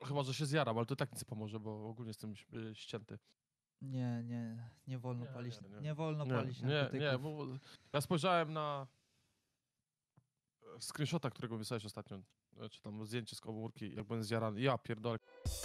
Chyba, że się zjaram, ale to tak nic nie pomoże, bo ogólnie jestem ścięty. Nie wolno palić. Nie wolno Nie, palić nie, narkotyków. bo ja spojrzałem na screenshota, którego wysłałeś ostatnio, czy tam zdjęcie z komórki, jak byłem zjarany. Ja pierdolę.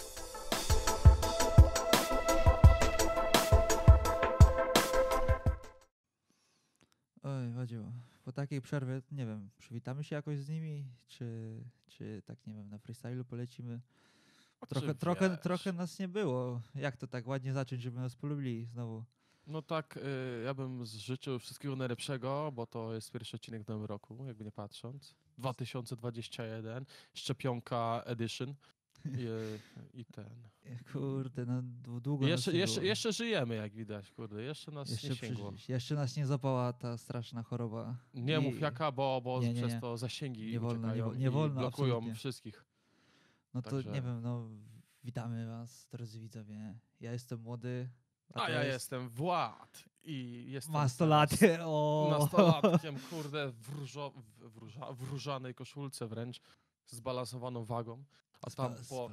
Oj, Wadziu, po takiej przerwie, nie wiem, przywitamy się jakoś z nimi, czy tak, nie wiem, na freestylu polecimy? Trochę nas nie było. Jak to tak ładnie zacząć, żeby nas polubili znowu? No tak, ja bym życzył wszystkiego najlepszego, bo to jest pierwszy odcinek w nowym roku, jakby nie patrząc. 2021, szczepionka edition i ten. Kurde, no długo nas nie było. Jeszcze żyjemy, jak widać, kurde, jeszcze nas nie sięgło. Jeszcze nas nie zapała ta straszna choroba. Nie mów jaka, bo przez to zasięgi nie wolno, uciekają nie wolno, i blokują absolutnie. wszystkich. No to nie wiem, no witamy was, drodzy widzowie. Ja jestem młody. A ja jestem Wład i jestem Nastolatkiem, nastolatkiem, kurde, w różanej koszulce wręcz, zbalansowaną wagą. A tam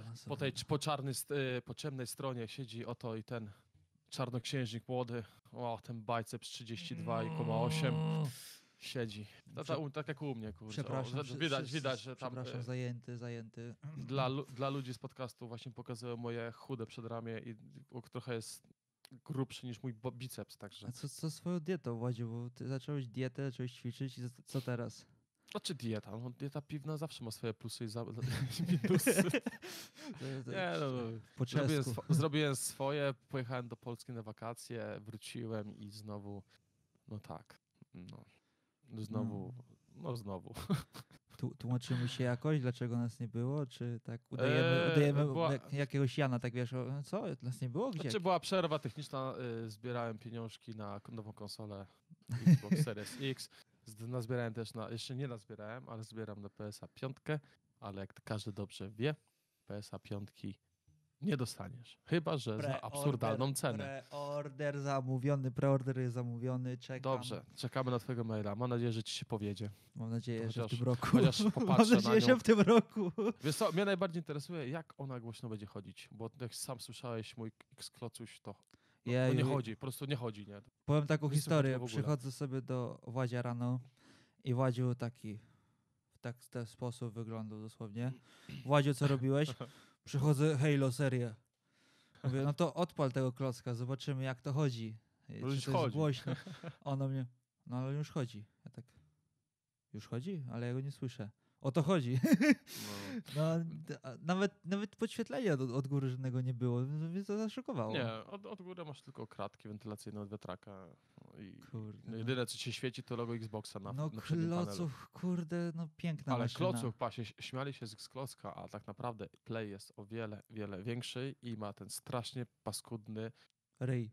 po ciemnej stronie siedzi oto i ten czarnoksiężnik młody. O, ten biceps 32,8 siedzi. Tak jak u mnie, kurde. Przepraszam, widać, że tam... Przepraszam, zajęty. Dla ludzi z podcastu właśnie pokazują moje chude przedramię i trochę jest grubszy niż mój biceps, także... A co swoją dietą, Władziu? Bo ty zacząłeś dietę, zacząłeś ćwiczyć i co teraz? Znaczy dieta? No, dieta piwna zawsze ma swoje plusy i minusy. Nie, zrobiłem swoje, pojechałem do Polski na wakacje, wróciłem i znowu, no tak, znowu. Tłumaczymy się jakoś, dlaczego nas nie było, czy tak udajemy jakiegoś Jana, tak wiesz, co, nas nie było? Gdzie? Znaczy była przerwa techniczna, zbierałem pieniążki na nową konsolę Xbox Series X, nazbierałem też jeszcze nie nazbierałem, ale zbieram na PSA 5, ale jak każdy dobrze wie, PSA 5 nie dostaniesz, chyba że za absurdalną cenę. Preorder jest zamówiony, czekam. Dobrze, czekamy na twojego maila. Mam nadzieję, że ci się powiedzie. Mam nadzieję, że w tym roku. Chociaż popatrzę na nią. że w tym roku. Wiesz co, mnie najbardziej interesuje, jak ona głośno będzie chodzić, bo jak sam słyszałeś mój X-klocuś, to nie chodzi, po prostu nie chodzi, nie? Powiem taką historię, przychodzę sobie do Władzia rano i Władziu taki, w ten sposób wyglądał dosłownie. Władziu, co robiłeś? Przychodzę, Halo, serię. Mówię, no to odpal tego klocka, zobaczymy jak to chodzi. Czy to jest głośno. Ona mnie, no ale już chodzi. Ja tak, już chodzi? Ale ja go nie słyszę. O to chodzi. Nawet podświetlenia od góry żadnego nie było. Mnie to zaszokowało. Nie, od góry masz tylko kratki wentylacyjne od wiatraka. Kurde, jedyne co się świeci to logo Xboxa na no przednim panelu. Kurde, no piękna ale maszyna. kloców, śmiali się z X-klocka, a tak naprawdę Play jest o wiele, wiele większy i ma ten strasznie paskudny ryj.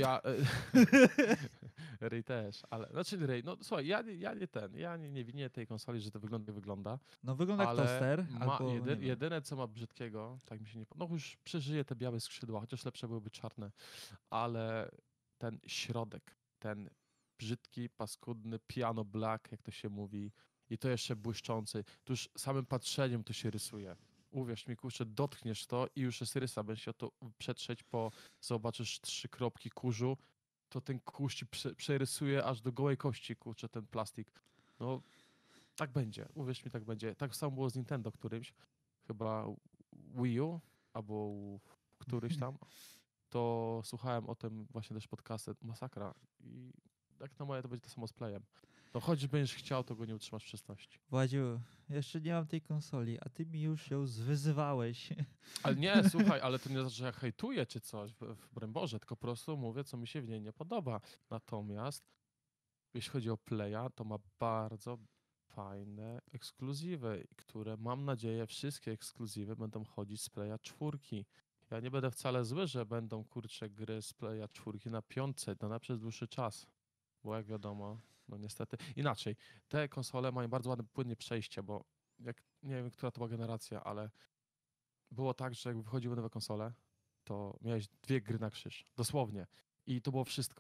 Ray też, ale znaczy Ray, no słuchaj, ja nie winię tej konsoli, że to wygląda. No wygląda jak toster. Jedyne co ma brzydkiego, tak mi się nie podoba, no już przeżyje te białe skrzydła, chociaż lepsze byłyby czarne, ale ten środek, ten brzydki, paskudny piano black, jak to się mówi, i to jeszcze błyszczący, to już samym patrzeniem to się rysuje. Uwierz mi, kurczę, dotkniesz to i już jest rysa, będziesz się to przetrzeć, zobaczysz 3 kropki kurzu, to ten kurz ci przerysuje aż do gołej kości, kurczę, ten plastik. No, tak będzie, uwierz mi, tak będzie. Tak samo było z Nintendo którymś, chyba Wii U, albo któryś tam, to słuchałem o tym właśnie też podcastem, masakra i jak na moje to będzie to samo z Playem. No choć będziesz chciał, to go nie utrzymasz w przesności. Władziu, jeszcze nie mam tej konsoli, a ty mi już ją zwyzywałeś. Ale nie, słuchaj, ale to nie znaczy, że ja hejtuję czy coś, broń Boże, tylko po prostu mówię, co mi się w niej nie podoba. Natomiast jeśli chodzi o Playa, to ma bardzo fajne ekskluzywy, które mam nadzieję, wszystkie ekskluzywy będą chodzić z Playa 4. Ja nie będę wcale zły, że będą, kurcze, gry z Playa 4 na 5, przez dłuższy czas. Bo jak wiadomo, no niestety. Inaczej, te konsole mają bardzo ładne, płynne przejście, bo nie wiem, która to była generacja, ale było tak, że jak wychodziły nowe konsole, to miałeś 2 gry na krzyż. Dosłownie. I to było wszystko.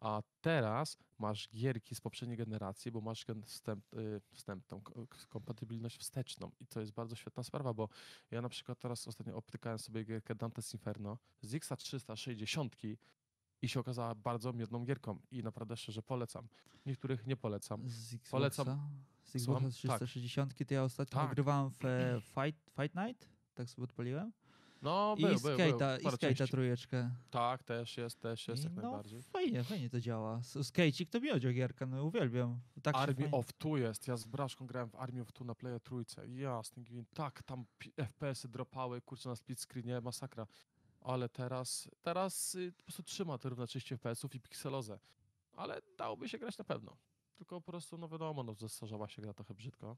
A teraz masz gierki z poprzedniej generacji, bo masz kompatybilność wsteczną i to jest bardzo świetna sprawa, bo ja na przykład teraz ostatnio obtykałem sobie gierkę Dante's Inferno z X360 i się okazała bardzo miodną gierką i naprawdę szczerze polecam. Niektórych nie polecam. Z Polecam, Xboxa? Z słucham? Xboxa Tak, 360 to ja ostatnio tak. grywałem w Fight Night, tak sobie odpaliłem. No, I był, Skate'a, i parę Skate'a części. trójeczkę. Tak, też jest I jak no najbardziej. fajnie to działa. Skate'ik to miodzio-gierka, no uwielbiam. Tak się Army fajnie... of Two jest. Ja z Braszką grałem w Army of Two na Player Trójce. Jasny gwint. Tak, tam FPS-y dropały, kurczę, na split screenie, masakra. Ale teraz po prostu trzyma te równe 30 FPS-ów i pikselozę. Ale dałoby się grać na pewno. Tylko po prostu, no wiadomo, no zestarzała się gra trochę brzydko.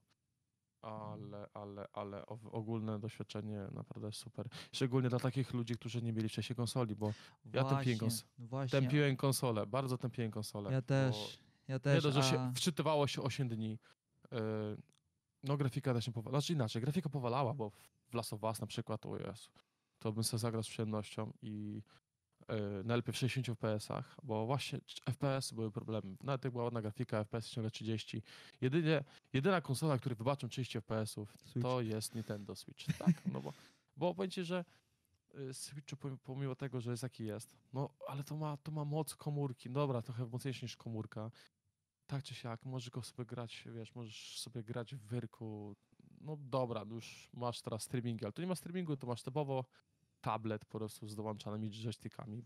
Ale ogólne doświadczenie naprawdę super. Szczególnie dla takich ludzi, którzy nie mieli wcześniej konsoli, bo ja Właśnie. tępiłem konsolę, bardzo tępiłem konsolę. Ja Bo też, nie dość, że się a wczytywało się 8 dni. No grafika też nie powalała. Znaczy inaczej, grafika powalała, bo w Last of Us na przykład, o Jezu, to bym sobie zagrał z przyjemnością i najlepiej w 60 FPS-ach, bo właśnie FPS były problemem. Nawet jak była ładna grafika, FPS ciągle 30. Jedyna konsola, która wybaczą 30 FPS-ów, Switch. to jest Nintendo Switch. Tak, no bo powiem ci, że Switchu pomimo tego, że jest jaki jest, no ale to ma moc komórki. Dobra, trochę mocniejszy niż komórka. Tak czy siak, możesz go sobie grać, wiesz, możesz sobie grać w wyrku. No dobra, no już masz teraz streamingi, ale tu nie ma streamingu, to masz typowo tablet po prostu z dołączanymi joystickami,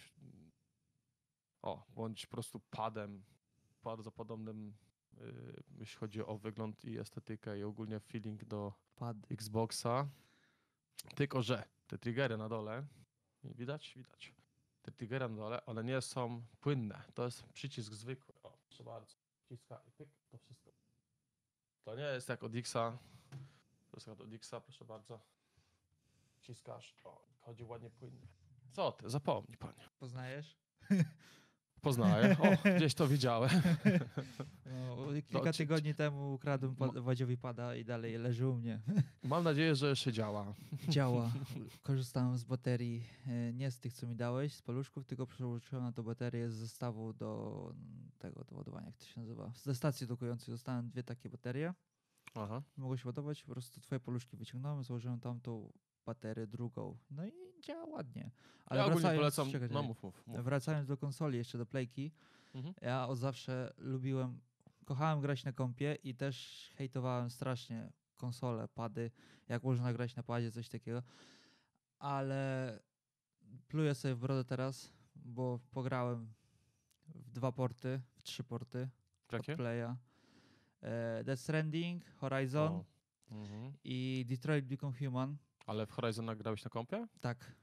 bądź po prostu padem bardzo podobnym, jeśli chodzi o wygląd i estetykę i ogólnie feeling do pad. Xboxa. Tylko że te triggery na dole, widać? Widać. Te triggery na dole, one nie są płynne. To jest przycisk zwykły. O, proszę bardzo. Wciska i pyk, to wszystko. To nie jest jak od Xa. To jest jak od Xa, proszę bardzo. Wciskasz, o, chodzi ładnie płynnie. Co ty? Zapomnij, panie. Poznajesz? Poznaję. O, gdzieś to widziałem. No, kilka tygodni temu ukradłem Wadziowi pada i dalej leży u mnie. Mam nadzieję, że jeszcze działa. Działa. Korzystałem z baterii, nie z tych, co mi dałeś, z paluszków, tylko przełączyłem na to baterię z zestawu do tego, do ładowania, jak to się nazywa. Ze stacji dokującej dostałem 2 takie baterie. Aha. Mogło się ładować, po prostu twoje paluszki wyciągnąłem, założyłem tamtą baterię drugą. No i działa ładnie. Ale Ja ogólnie wracając, polecam, czekaj, no mów. wracając do konsoli, jeszcze do Playki, Mhm. ja od zawsze kochałem grać na kompie i też hejtowałem strasznie konsole, pady, jak można grać na padzie, coś takiego. Ale pluję sobie w brodę teraz, bo pograłem w 2 porty, w 3 porty od Jakie? Playa. Death Stranding, Horizon O. Mhm. i Detroit Become Human. Ale w Horizon grałeś na kompie? Tak.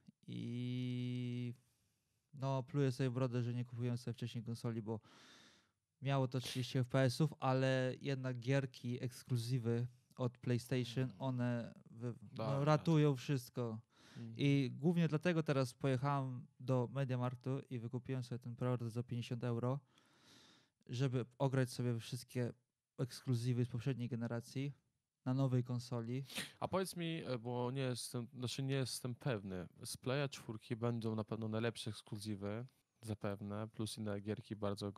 I no pluję sobie w brodę, że nie kupiłem sobie wcześniej konsoli, bo miało to 30 FPS-ów, ale jednak gierki, ekskluzywy od PlayStation, one ratują wszystko. I głównie dlatego teraz pojechałem do Mediamarktu i wykupiłem sobie ten preorder za 50 €, żeby ograć sobie wszystkie ekskluzywy z poprzedniej generacji na nowej konsoli. A powiedz mi, bo nie jestem pewny, z Playa 4 będą na pewno najlepsze ekskluzywy, zapewne, plus inne gierki bardzo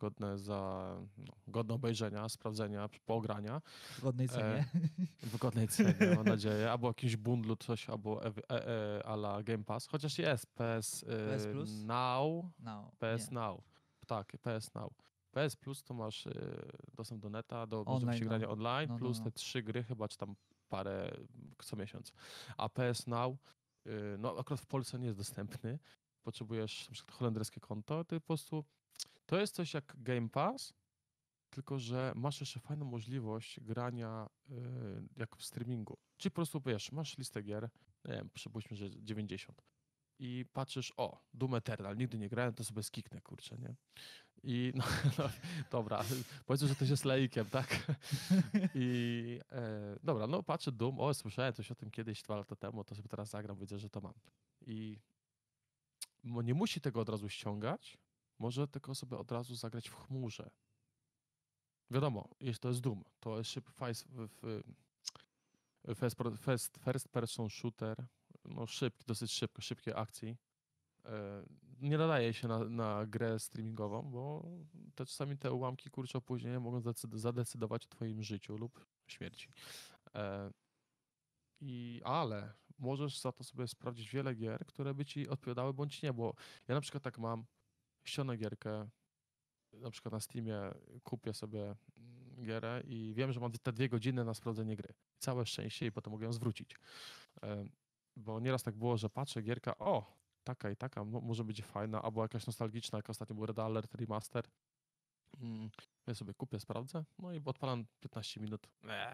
godne obejrzenia, sprawdzenia, pogrania. W godnej cenie. W godnej cenie, mam nadzieję. Albo jakimś bundlu coś, albo a la Game Pass. Chociaż jest PS Plus? Now. No, PS nie. Now. Tak, PS Now. PS Plus to masz dostęp do neta, do Online, możliwości grania online, no, plus no. te 3 gry, chyba czy tam parę co miesiąc. A PS Now, no akurat w Polsce nie jest dostępny. Potrzebujesz na przykład holenderskie konto, to po prostu to jest coś jak Game Pass, tylko że masz jeszcze fajną możliwość grania jak w streamingu. Czyli po prostu wiesz, masz listę gier, nie wiem, przypuśćmy, że 90. I patrzysz, o, Doom Eternal, nigdy nie grałem, to sobie skiknę, kurczę, nie? I no dobra, powiedzmy, że to jest laikiem, tak? I dobra, no patrzę Doom, o, słyszałem coś o tym kiedyś, 2 lata temu, to sobie teraz zagram, widzę, że to mam. I nie musi tego od razu ściągać, może tylko sobie od razu zagrać w chmurze. Wiadomo, jeśli to jest Doom, to jest first person shooter, no szybki, dosyć szybkie akcji. nie nadaje się na grę streamingową, bo te czasami te ułamki, kurczę, opóźnienia mogą zadecydować o twoim życiu lub śmierci. E, ale możesz za to sobie sprawdzić wiele gier, które by ci odpowiadały bądź nie, bo ja na przykład tak mam, ściągnę gierkę, na przykład na Steamie kupię sobie gierę i wiem, że mam te 2 godziny na sprawdzenie gry. Całe szczęście i potem mogę ją zwrócić. Bo nieraz tak było, że patrzę, gierka, taka i taka, może być fajna, albo jakaś nostalgiczna, jak ostatnio był Red Alert Remaster. Ja sobie kupię, sprawdzę, no i odpalam 15 minut.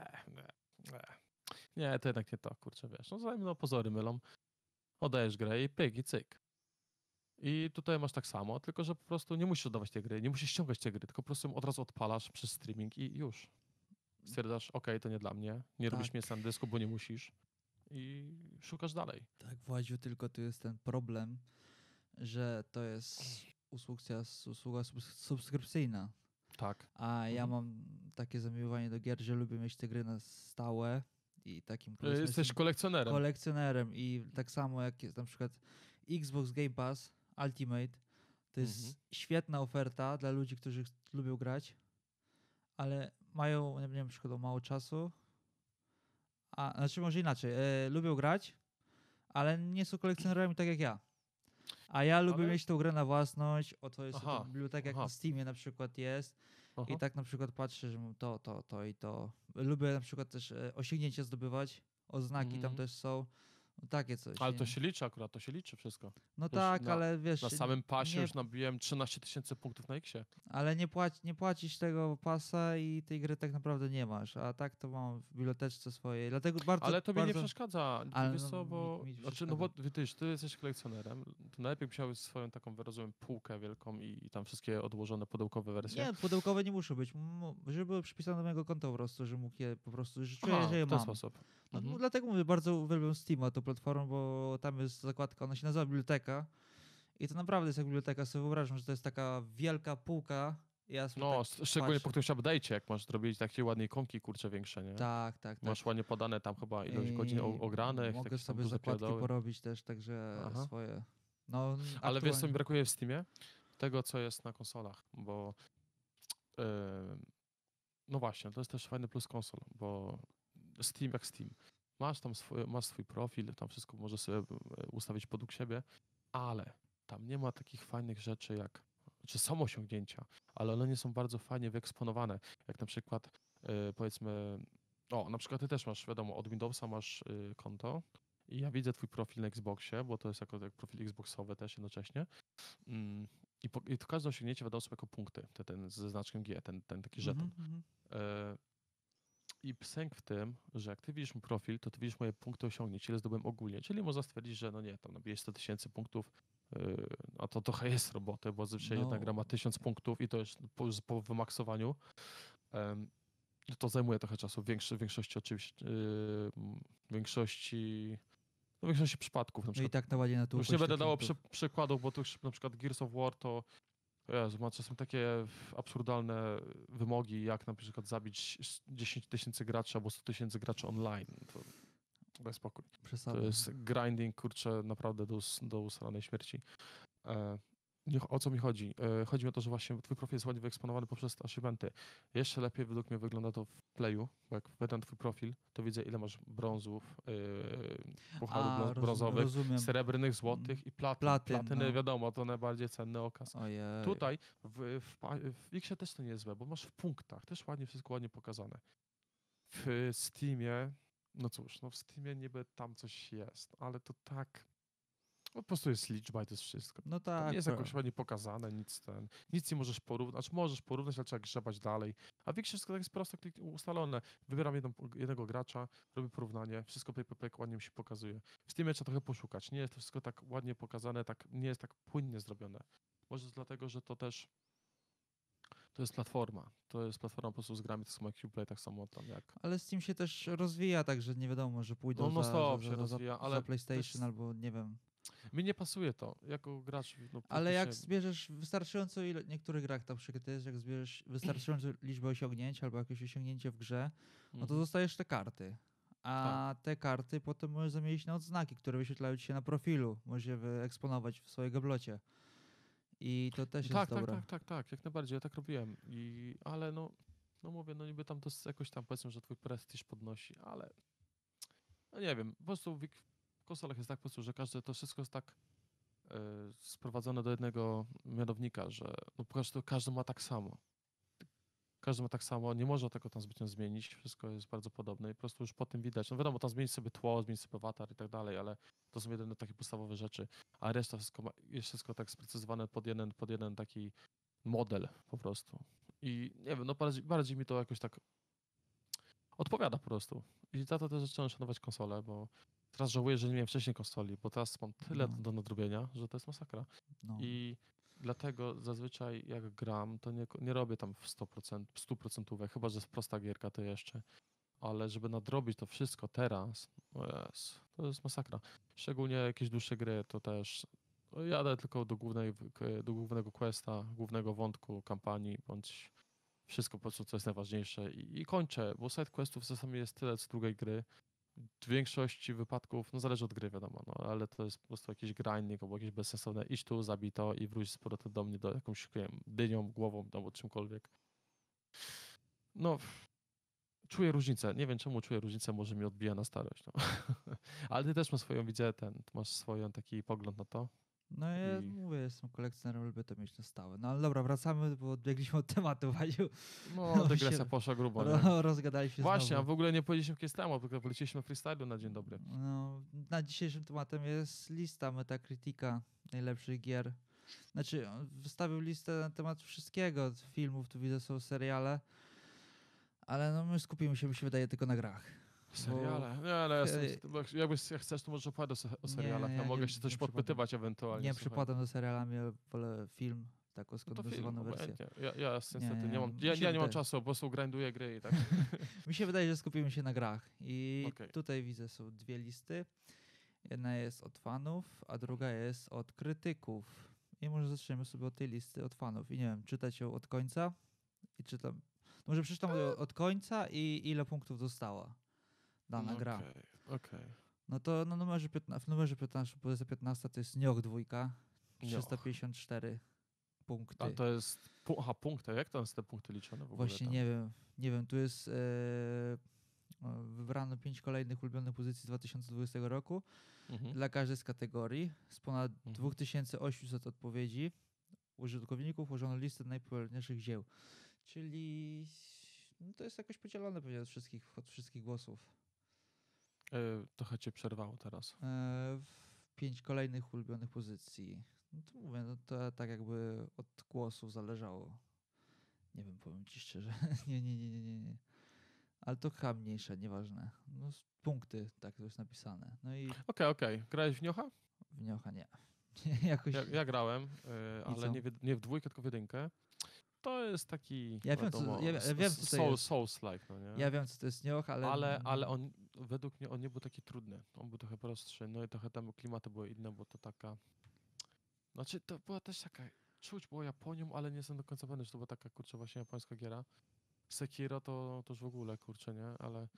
Nie, to jednak nie to, kurczę, wiesz. No pozory mylą. Oddajesz grę i pyk, i cyk. I tutaj masz tak samo, tylko że po prostu nie musisz oddawać tej gry, nie musisz ściągać tej gry, tylko po prostu ją od razu odpalasz przez streaming i już. Stwierdzasz, okej, to nie dla mnie, nie robisz miejsca na dysku, bo nie musisz i szukasz dalej. Tak, Władziu, tylko tu jest ten problem, że to jest usługa subskrypcyjna. Tak. A ja mam takie zamiłowanie do gier, że lubię mieć te gry na stałe i takim Jesteś kolekcjonerem. Kolekcjonerem i tak samo jak jest na przykład Xbox Game Pass Ultimate, to jest świetna oferta dla ludzi, którzy lubią grać, ale mają, nie wiem, przykładowo mało czasu, znaczy może inaczej, lubią grać, ale nie są kolekcjonerami tak jak ja. A ja lubię mieć tą grę na własność, otworzyć sobie tę bibliotekę, jak na Steamie na przykład jest. I tak na przykład patrzę, że mam to i to. Lubię na przykład też osiągnięcia zdobywać, oznaki tam też są. Takie coś. Ale to się liczy akurat, to się liczy wszystko. No już tak, ale wiesz... Na samym pasie już nabiłem 13 000 punktów na X-ie. Ale nie płacisz tego pasa i tej gry tak naprawdę nie masz. A tak to mam w biblioteczce swojej. Dlatego bardzo... Ale tobie bardzo... nie przeszkadza. Ale wiesz co, bo... bo ty jesteś kolekcjonerem, to najlepiej musiałeś swoją taką, rozumiem, półkę wielką i tam wszystkie odłożone pudełkowe wersje. Nie, pudełkowe nie muszą być. Żeby były przypisane do mojego konta po prostu, że mógł je po prostu... Że czuję, że je w ten mam. sposób. No, dlatego mówię, bardzo uwielbiam Steama, tą platformę, bo tam jest zakładka, ona się nazywa biblioteka i to naprawdę jest jak biblioteka. Sobie wyobrażam, że to jest taka wielka półka. Ja szczególnie po którymś update'cie, jak masz zrobić takie ładne ikonki, kurcze większe, nie? Tak. Masz ładnie podane tam chyba ilość godzin ogranych. Mogę sobie zakładki porobić też, także swoje. No, ale wiesz, co mi brakuje w Steamie? Tego, co jest na konsolach, bo no właśnie, to jest też fajny plus konsol, bo Steam jak Steam. Masz swój profil, tam wszystko możesz sobie ustawić podług siebie, ale tam nie ma takich fajnych rzeczy jak, czy są osiągnięcia, ale one nie są bardzo fajnie wyeksponowane. Jak na przykład powiedzmy, na przykład ty też masz, wiadomo, od Windowsa masz konto i ja widzę twój profil na Xboxie, bo to jest jako profil Xboxowy też jednocześnie. I to każde osiągnięcie wiadomo są jako punkty, ten ze znaczkiem G, ten taki żeton. I psęk w tym, że jak ty widzisz mój profil, to ty widzisz moje punkty osiągnięć, ile zdobyłem ogólnie. Czyli można stwierdzić, że no nie, tam nabijesz 100 000 punktów, a to trochę jest roboty, bo zazwyczaj jedna gra ma 1000 punktów i to jest po wymaksowaniu. To zajmuje trochę czasu, w większości oczywiście, w większości przypadków. Na przykład, no i tak na ładnie na tu. Już nie będę dawał przykładów, bo tu już na przykład Gears of War to ma czasem takie absurdalne wymogi, jak na przykład zabić 10 000 graczy albo 100 000 graczy online. To daj spokój. To jest grinding, kurczę, naprawdę do usranej śmierci. O co mi chodzi? Chodzi mi o to, że właśnie twój profil jest ładnie wyeksponowany poprzez te achievementy. Jeszcze lepiej według mnie wygląda to w Playu, bo jak wydam twój profil, to widzę, ile masz brązów, pucharów brązowych, srebrnych, złotych i platyny, wiadomo, to najbardziej cenny okaz. Ojej. Tutaj w Xie też to nie jest złe, bo masz w punktach też wszystko ładnie pokazane. W Steamie, no cóż, w Steamie niby tam coś jest, ale to tak... po prostu jest liczba i to jest wszystko. No tak. To nie jest jakoś ładnie pokazane, nic nie możesz porównać. Znaczy możesz porównać, ale trzeba grzebać dalej. A w wszystko tak jest prosto ustalone. Wybieram jednego gracza, robię porównanie, wszystko ładnie mi się pokazuje. W Steamie trzeba trochę poszukać. Nie jest to wszystko tak ładnie pokazane, nie jest tak płynnie zrobione. Może dlatego, że to też to jest platforma. To jest platforma po prostu z grami, tak samo jak Uplay, tak samo tam jak... Ale Steam się też rozwija, także nie wiadomo, że pójdą za PlayStation albo nie wiem. Mi nie pasuje to, jako gracz. Ale jak zbierzesz wystarczająco ile, w niektórych grach na przykład jest, jak zbierzesz wystarczającą liczbę osiągnięć albo jakieś osiągnięcie w grze, no to dostajesz te karty. A te karty potem możesz zamienić na odznaki, które wyświetlają ci się na profilu. Możesz je wyeksponować w swojej gablocie. I to też jest Tak, dobre. tak, jak najbardziej, ja tak robiłem. Ale no mówię, no niby tam to jakoś tam powiedzmy, że twój prestiż podnosi, ale no nie wiem, po prostu w konsolach jest tak po prostu, że to wszystko jest tak sprowadzone do jednego mianownika, że no po prostu każdy ma tak samo. Każdy ma tak samo, nie można tego tam zbytnio zmienić, wszystko jest bardzo podobne i po prostu już po tym widać. No wiadomo, tam zmienić sobie tło, zmienić sobie awatar i tak dalej, ale to są jedyne takie podstawowe rzeczy, a reszta jest wszystko tak sprecyzowane pod jeden taki model po prostu. I nie wiem, no bardziej mi to jakoś tak odpowiada po prostu. I za to też zacząłem szanować konsolę, bo teraz żałuję, że nie miałem wcześniej konsoli, bo teraz mam tyle No, do nadrobienia, że to jest masakra. no. I dlatego zazwyczaj jak gram, to nie robię tam w 100%, w 100%, chyba że jest prosta gierka, to jeszcze. Ale żeby nadrobić to wszystko teraz, o Jezu, to jest masakra. Szczególnie jakieś dłuższe gry, to też jadę tylko do głównego questa, głównego wątku kampanii, bądź wszystko po prostu, co jest najważniejsze i kończę, bo side questów czasami jest tyle, co drugiej gry. W większości wypadków, no zależy od gry wiadomo, no ale to jest po prostu jakiś grinding albo jakieś bezsensowne idź tu, zabij to i wróć z powrotem do mnie do jakąś, nie wiem, dynią, głową albo czymkolwiek. No, czuję różnicę. Nie wiem czemu czuję różnicę, może mi odbija na starość. No. Ale ty też masz swoją, widzę, ty masz swoją taki pogląd na to. No ja I mówię, jestem kolekcjonerem, lubię to mieć na stałe. No ale dobra, wracamy, bo odbiegliśmy od tematu, Wadziu. no, dygresja poszła grubo, nie? Rozgadaliśmy się Właśnie, a znowu. w ogóle nie powiedzieliśmy kiedy temu, tylko poleciliśmy freestylu na dzień dobry. No, na dzisiejszym tematem jest lista Metacritica najlepszych gier. Znaczy, on wystawił listę na temat wszystkiego, od filmów, tu widzę są seriale, ale no my skupimy się, mi się wydaje, tylko na grach. Seriale? Nie, ale jak chcesz, to możesz opowiadać o serialach. Ja mogę się coś podpytywać ewentualnie. Nie słuchaj. przypadam do serialami, ja wolę film, taką No to film, skondensowaną wersję. obojętnie. Ja niestety nie, nie mam, mi ja się nie mam wydaje. czasu, po prostu grinduję gry i tak. Mi się wydaje, że skupimy się na grach. I Okej. tutaj widzę, są dwie listy. Jedna jest od fanów, a druga jest od krytyków. I może zaczniemy sobie od tej listy od fanów. I nie wiem, czytać ją od końca i czytam. Może przeczytam od końca i ile punktów dostała dana gra. Okej. No to na numerze 15, w numerze 15, pozycja 15 to jest Nioh 2, Nioh. 354 punkty. A to jest, punkty, jak to są te punkty liczone w ogóle? Właśnie tam? nie wiem, tu jest wybrano 5 kolejnych ulubionych pozycji z 2020 roku Mhm. dla każdej z kategorii. Z ponad Mhm. 2800 odpowiedzi użytkowników ułożono listę najpopularniejszych dzieł. Czyli no to jest jakoś podzielone pewnie od wszystkich głosów. Trochę cię przerwało teraz. 5 kolejnych ulubionych pozycji. No to mówię, no to tak jakby od głosów zależało. Nie wiem, powiem ci szczerze. Nie. Ale to chyba mniejsze, nieważne. No, punkty, tak to jest napisane. No i Okej. Grałeś w Niocha? w Niocha nie. Jakoś... Ja grałem, ale co? nie w dwójkę, tylko w jedynkę. To jest taki, Ja wiem, co- wiadomo, ja wiem, co to jest. Souls-like, no nie? Ja wiem, co to jest Nioh, Ale on, według mnie on nie był taki trudny. On był trochę prostszy, no i trochę tam klimaty były inne, bo to taka... Znaczy, to była też taka... Czuć było Japonią, ale nie jestem do końca pewny, że to była taka, kurczę, właśnie japońska giera. Sekiro to już w ogóle, kurczę, nie? Ale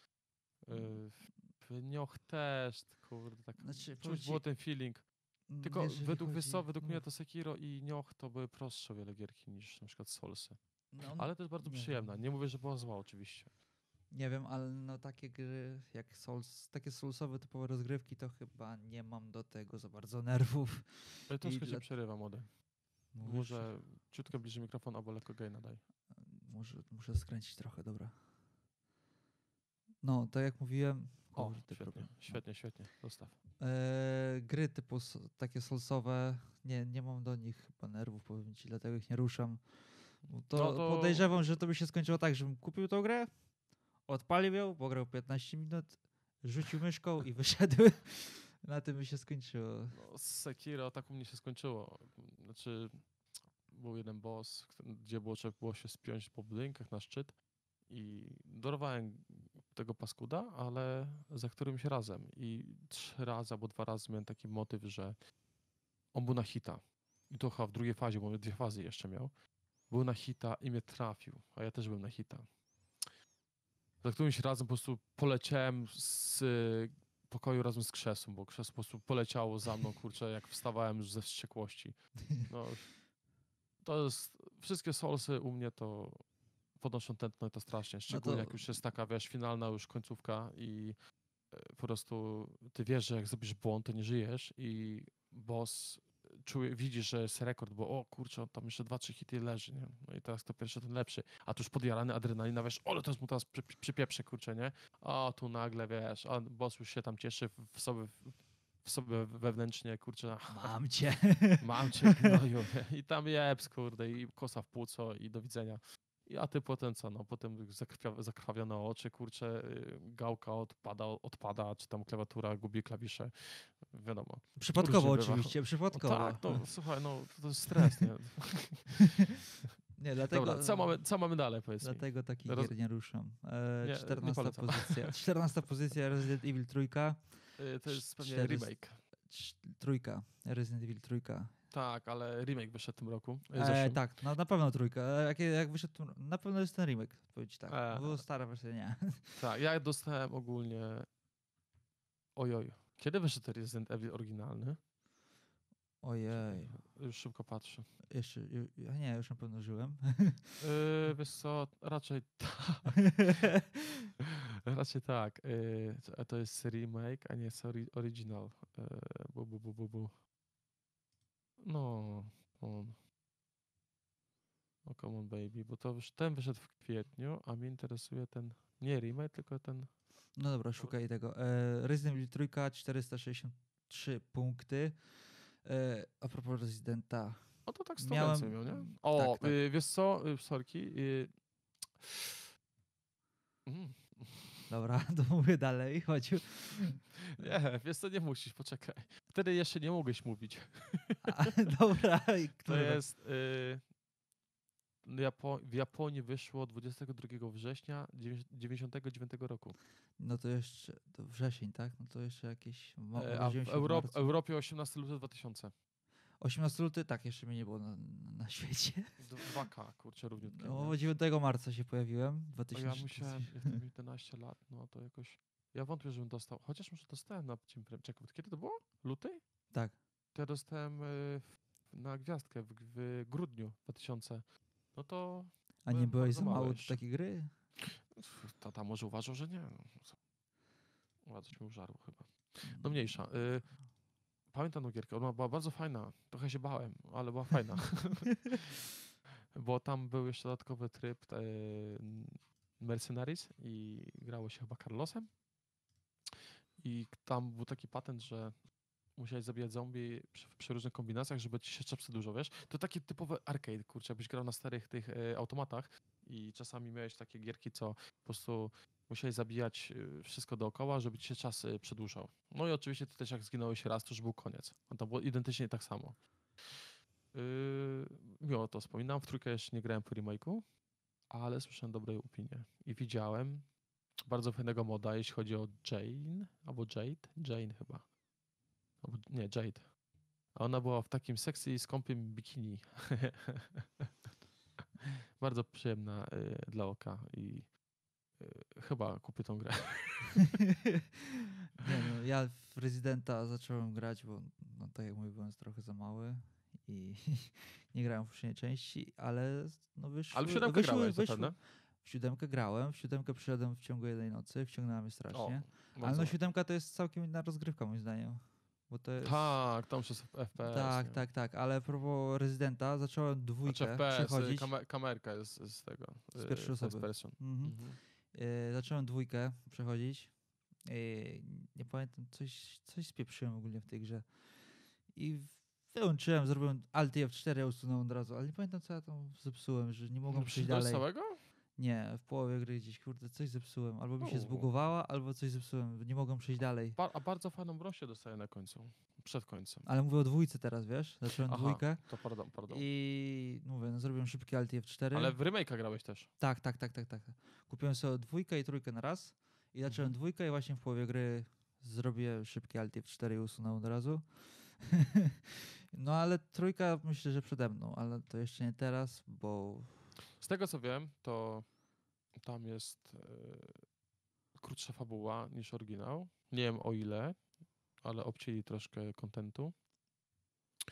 w Nioh też, kurde, tak Znaczy, czuć było ten feeling. Tylko jeżeli według chodzi- mnie to Sekiro i Nioh to były prostsze o wiele gierki niż na przykład Soulsy. No, Ale też bardzo nie przyjemna. wiem. Nie mówię, że była zła oczywiście. Nie wiem, ale no takie gry jak Souls, takie soulsowe typowe rozgrywki, to chyba nie mam do tego za bardzo nerwów. Ale troszkę cię dla- przerywa, młody. Mówisz, Może ciutkę bliżej mikrofon albo lekko gaina daj. muszę skręcić trochę, dobra. No, tak jak mówiłem... O, Boże, ty problem. No. świetnie. Zostaw. Gry typu takie soulsowe, nie mam do nich chyba nerwów, powiem ci, dlatego ich nie ruszam. Bo to, No to- podejrzewam, że to by się skończyło tak, żebym kupił tą grę, odpalił ją, pograł 15 minut, rzucił myszką i wyszedł. Na tym by się skończyło. No, z Sekiro tak u mnie się skończyło. Znaczy, był jeden boss, gdzie trzeba było się spiąć po budynkach na szczyt i dorwałem tego paskuda, ale za którymś razem. I 3 razy albo 2 razy miałem taki motyw, że on był na hita. I to chyba w drugiej fazie, bo 2 fazy jeszcze miał. Był na hita i mnie trafił, a ja też byłem na hita. Za którymś razem po prostu poleciałem z pokoju razem z krzesłem, bo krzesło po prostu poleciało za mną, kurczę, jak wstawałem już ze wściekłości. No, To jest, wszystkie Soulsy u mnie to podnoszą tętno i to strasznie, szczególnie jak już jest taka, wiesz, finalna już końcówka i po prostu ty wiesz, że jak zrobisz błąd, to nie żyjesz i boss widzisz, że jest rekord, bo o kurczę, on tam jeszcze 2-3 hity leży, nie? No i teraz to pierwszy, ten lepszy. A tu już podjarany adrenalina, wiesz, ale to jest mu teraz przypieprzę, kurczę, nie? O, tu nagle, wiesz, a boss już się tam cieszy w sobie wewnętrznie, kurczę, Mam cię. mam cię, gnoju, nie? I tam jebs, kurde, i kosa w płuco i do widzenia. A ty potem co, no potem zakrwawione oczy, kurczę, gałka odpada, czy tam klawiatura gubi klawisze, wiadomo. Przypadkowo Różnie bywa. oczywiście, No przypadkowo. tak, no słuchaj, no to jest stres, nie? Nie, dlatego, Dobra, co mamy dalej, powiedz mi? dlatego takich Roz- gier nie ruszam. Nie, 14 polecam. pozycja. 14 pozycja Resident Evil 3. To jest pewnie 400. remake. Trójka. Resident Evil 3. Tak, ale remake wyszedł w tym roku. Tak, no na pewno trójka. Jak wyszedł, na pewno jest ten remake, powiedzieć tak. Bo stara wersja nie. Tak, ja dostałem ogólnie... Ojoj. Kiedy wyszedł ten Resident Evil oryginalny? Ojej. Już szybko patrzę. Jeszcze, nie, już na pewno żyłem. Wiesz co, raczej tak. Raczej tak. To jest remake, a nie jest original. No, on. No, come on baby, bo to już ten wyszedł w kwietniu, a mnie interesuje ten, nie remake, tylko ten... No dobra, szukaj tego. Resident Evil 3, 463 punkty. A propos Residenta. O, to tak 100 Miałem- więcej miał, nie? O, tak. wiesz co, sorki. Dobra, to mówię dalej. Chodź. Nie, wiesz co, nie musisz, poczekaj. Wtedy jeszcze nie mogłeś mówić. Dobra. To jest... w Japonii wyszło 22 września 99 roku. No to jeszcze to wrzesień, tak? No to jeszcze jakieś... A urodziłem w się w marcu. Europie 18 lutego 2000. 18 luty? Tak, jeszcze mnie nie było na świecie. 2K, kurczę, równiutkie. No, nie? 9 marca się pojawiłem. A ja 2000. musiałem, jak miałem 11 lat, no to jakoś... Ja wątpię, żebym dostał, chociaż może dostałem na czekaj, kiedy to było? Luty? Tak. To ja dostałem na gwiazdkę w grudniu 2000. No to... A nie byłem byłeś bardzo za mały mały do jeszcze. takiej gry? Tata może uważał, że nie. Chyba coś mi użarło chyba. No mniejsza. Pamiętam tą gierkę, ona była bardzo fajna. Trochę się bałem, ale była fajna. Bo tam był jeszcze dodatkowy tryb Mercenaries i grało się chyba Carlosem. I tam był taki patent, że musiałeś zabijać zombie przy różnych kombinacjach, żeby ci się czapsy dużo, wiesz? To taki typowy arcade, kurczę, jakbyś grał na starych tych automatach i czasami miałeś takie gierki, co po prostu musiałeś zabijać wszystko dookoła, żeby ci się czas przedłużał. No i oczywiście ty też jak zginąłeś raz, to już był koniec. A to było identycznie tak samo. Miło to wspominam. W trójkę jeszcze nie grałem po remake'u, ale słyszałem dobre opinie. I widziałem bardzo fajnego moda, jeśli chodzi o Jane, albo Jade. Jane chyba. Albo, nie, Jade. A ona była w takim sexy, skąpym bikini. Bardzo przyjemna dla oka i chyba kupię tą grę. Nie no, ja w Residenta zacząłem grać, bo no, tak jak mówię, byłem trochę za mały i nie grałem w poprzedniej części, ale no wyszły... Ale w siódemkę grałeś zapewne? W siódemkę grałem, w siódemkę przyszedłem w ciągu jednej nocy, wciągnęła mnie strasznie. Ale bardzo no siódemka to jest całkiem inna rozgrywka moim zdaniem. Bo to jest... tak, tam przez FPS. nie? Tak, ale a propos Residenta zacząłem dwójkę Znaczy FPS, przechodzić. kamerka jest z tego. Z pierwszej osoby. First person. Mhm. Mhm. Zacząłem dwójkę przechodzić. Nie pamiętam, coś spieprzyłem ogólnie w tej grze. I wyłączyłem, zrobiłem Alt F4, usunąłem od razu, ale nie pamiętam, co ja tam zepsułem, że nie mogłem przejść dalej. całego? Nie, w połowie gry gdzieś, kurde, coś zepsułem. Albo mi się O. zbugowała, albo coś zepsułem. Nie mogłem przejść dalej. A bardzo fajną broń się dostaje na końcu. Przed końcem. Ale mówię o dwójce teraz, wiesz? Zacząłem dwójkę to pardon. i mówię, no zrobiłem szybki Alt F4. Ale w remake'a grałeś też. Tak. Kupiłem sobie dwójkę i trójkę na raz i zacząłem dwójkę i właśnie w połowie gry zrobię szybki Alt F4 i usunąłem od razu. No ale trójka myślę, że przede mną, ale to jeszcze nie teraz, bo... Z tego co wiem, to tam jest krótsza fabuła niż oryginał. Nie wiem o ile, ale obcięli troszkę kontentu.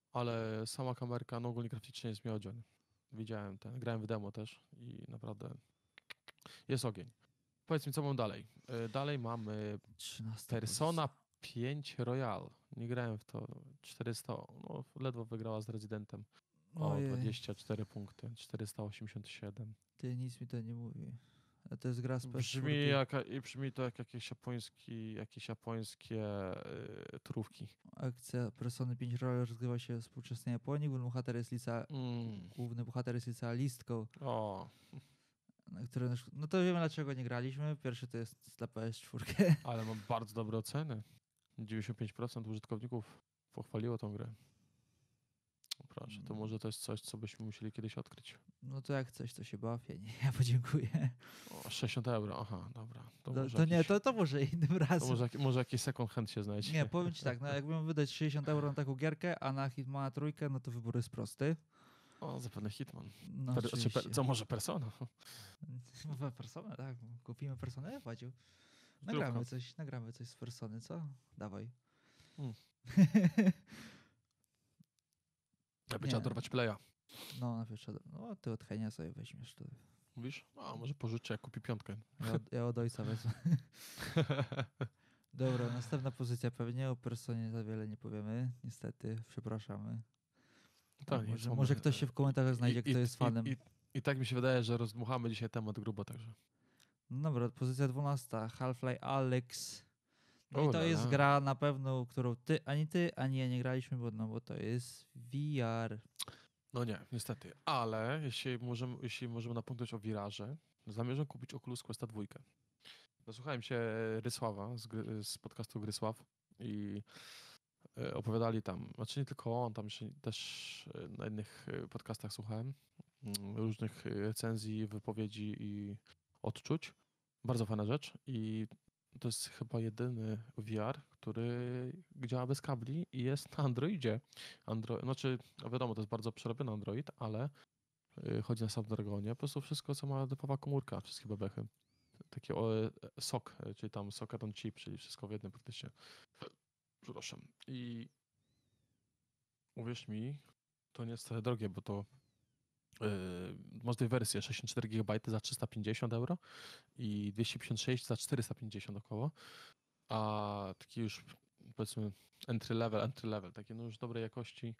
ale sama kamerka, no ogólnie graficznie jest miodzian. Widziałem grałem w demo też i naprawdę jest ogień. Powiedz mi, co mam dalej? Dalej mamy 13 Persona pozycja. 5 Royal. Nie grałem w to. 400, no ledwo wygrała z Residentem. O, Ojej, 24 punkty, 487. ty nic mi to nie mówi. A to jest gra z Brzmi, PS4. brzmi to jak jakieś japońskie turówki. Akcja Persony 5 Royal rozgrywa się w współczesnej Japonii. Mm. Główny bohater jest licealistką, O, na które, no to wiemy dlaczego nie graliśmy. Pierwszy to jest dla PS4. ale mam bardzo dobre oceny. 95% użytkowników pochwaliło tą grę. Proszę, to może to jest coś, co byśmy musieli kiedyś odkryć. No to jak coś, to się bawię. Nie, ja podziękuję. O, 60 euro, aha, dobra. To nie, to może innym razem. może jakiś second hand się znajdzie. Nie, powiem ci tak, no jakbym wydać 60 euro na taką gierkę, a na Hitmana trójkę, no to wybór jest prosty. O, zapewne Hitman. No oczywiście. Co może Persona? Personę, tak. Kupimy personę, Wadziu. Zdrówko. Nagramy coś z persony, co? Dawaj. Hmm. Jakby Nie. trzeba dorwać playa. No, najpierw trzeba. No, ty od Henia sobie weźmiesz. To Mówisz? A może pożyczę, jak kupi piątkę. ja od ojca wezmę. Dobra, następna pozycja pewnie. O personie za wiele nie powiemy. Niestety, przepraszamy. To Może ktoś się w komentarzach znajdzie, kto jest fanem. I tak mi się wydaje, że rozdmuchamy dzisiaj temat grubo także. No dobra, pozycja 12. Half-Life Alyx. No i to la jest la. gra na pewno, którą ty, ani ja nie graliśmy, bo to jest VR. No nie, niestety. Ale jeśli możemy napomknąć o Viraże, zamierzam kupić Oculus Questa 2. Zasłuchałem się Rysława z podcastu Grysław i opowiadali tam, znaczy nie tylko on, tam jeszcze też na innych podcastach słuchałem różnych recenzji, wypowiedzi i odczuć. Bardzo fajna rzecz i to jest chyba jedyny VR, który działa bez kabli i jest na Androidzie. Znaczy, no wiadomo, to jest bardzo przerobiony Android, ale chodzi na Snapdragonie. Po prostu wszystko, co ma typowa komórka, wszystkie bebechy. Takie SoC, czyli tam Socket on Chip, czyli wszystko w jednym praktycznie. Przepraszam. I uwierz mi, to nie jest wcale drogie, bo to masz dwie wersje, 64 GB za 350 euro i 256 za 450 około, a taki już powiedzmy entry level, takie no już dobrej jakości,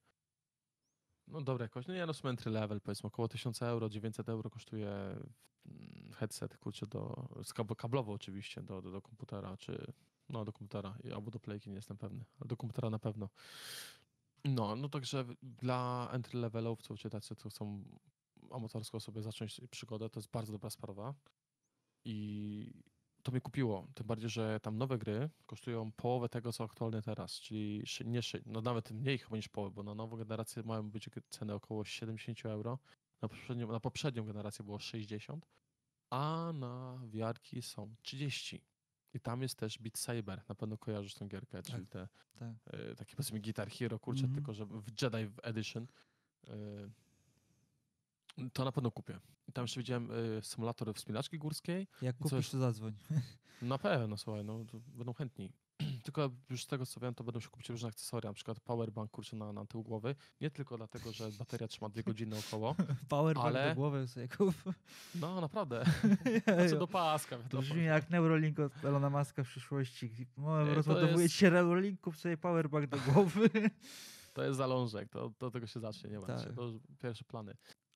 no nie, no są entry level, powiedzmy około 1000 euro, 900 euro kosztuje headset, kurczę, kablowo oczywiście, do komputera, do komputera, albo do playki, nie jestem pewny, ale do komputera na pewno. No także dla entry levelowców, czy tacy, co chcą amatorsko sobie zacząć przygodę, to jest bardzo dobra sprawa i to mnie kupiło, tym bardziej, że tam nowe gry kosztują połowę tego, co aktualnie teraz, czyli no nawet mniej chyba niż połowę, bo na nową generację mają być ceny około 70 euro, na poprzednią generację było 60, a na wiarki są 30. I tam jest też Beat Saber, na pewno kojarzysz tę gierkę, czyli te takie powiedzmy Guitar Hero, kurczę, tylko że w Jedi Edition. To na pewno kupię. I tam jeszcze widziałem symulator wspinaczki górskiej. Jak kupisz, to zadzwoń. Na pewno, słuchaj, no to będą chętni. Tylko już z tego co wiem, to będą się kupić różne akcesoria, na przykład powerbank, kurczę, na tył głowy. Nie tylko dlatego, że bateria trzyma 2 godziny około. Powerbank do głowy sobie kup. No, naprawdę. Co do paska, wiadomo. Brzmi jak Neuralink od Elona Muska w przyszłości. Rozładowuje ci się Neuralink, kup sobie powerbank do głowy. To jest zalążek, to do tego się zacznie, nie ma Tak. To już pierwsze plany.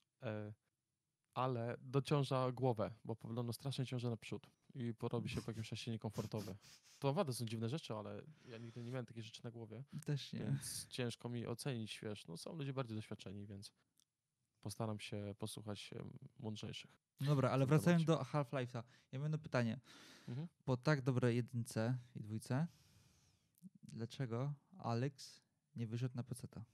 Ale dociąża głowę, bo podobno strasznie ciąży naprzód i porobi się po jakimś czasie niekomfortowy. To naprawdę są dziwne rzeczy, ale ja nigdy nie miałem takich rzeczy na głowie. Też nie. Więc ciężko mi ocenić, wiesz, no są ludzie bardziej doświadczeni, więc postaram się posłuchać mądrzejszych. Dobra, ale wracając do Half-Life'a. Ja mam jedno pytanie. Po tak dobrej jedynce i dwójce, dlaczego Alyx nie wyszedł na PC-ta?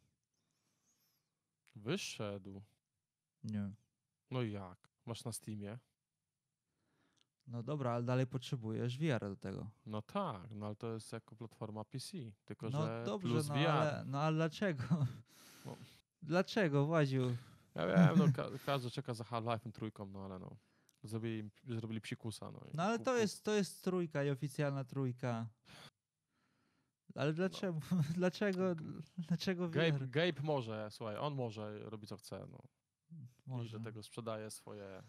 Wyszedł. Nie. No jak? Masz na Steamie? No dobra, ale dalej potrzebujesz VR do tego. No tak, no ale to jest jako platforma PC, tylko no że dobrze, plus VR. Ale dlaczego? No. Dlaczego, Władziu? Ja wiem, no każdy czeka za Half-Life'em trójką, no ale no. Zrobili psikusa, no. No ale to jest trójka i oficjalna trójka. Ale dlaczego? Dlaczego VR? Gabe może, słuchaj, on może robi co chce, no. I Może. do tego sprzedaje swoje,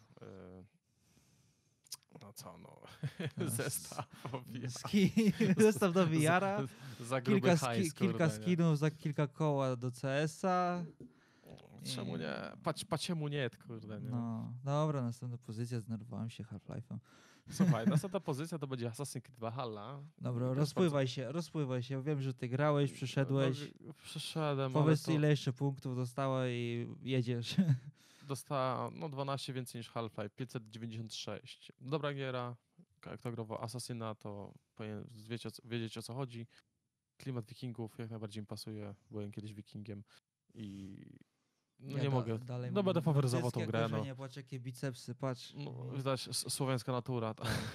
no co, no, No, zestaw VR. Zestaw do VR-a, Za gruby hajs, kilka kurde, nie? skinów za kilka koła do CS-a. Czemu i- nie? Paciemu nie, kurde, nie? No, dobra, następna pozycja, zdenerwowałem się Half-Life'em. Słuchaj, następna pozycja to będzie Assassin's Creed Valhalla. Dobra, To jest rozpływaj się. Wiem, że ty grałeś, przyszedłeś. No, przyszedłem, Powiedz ale ile jeszcze punktów dostała i jedziesz. dostała 12 więcej niż Half-Life, 596. Dobra giera, jak to growo Assassina, to powinien wiedzieć o co chodzi. Klimat wikingów jak najbardziej mi pasuje, byłem kiedyś wikingiem i no Ja nie mogę, dalej no mam będę faworyzował tą norweskie grę, no. korzenie, patrz jakie bicepsy, patrz. No, widać słowiańska natura.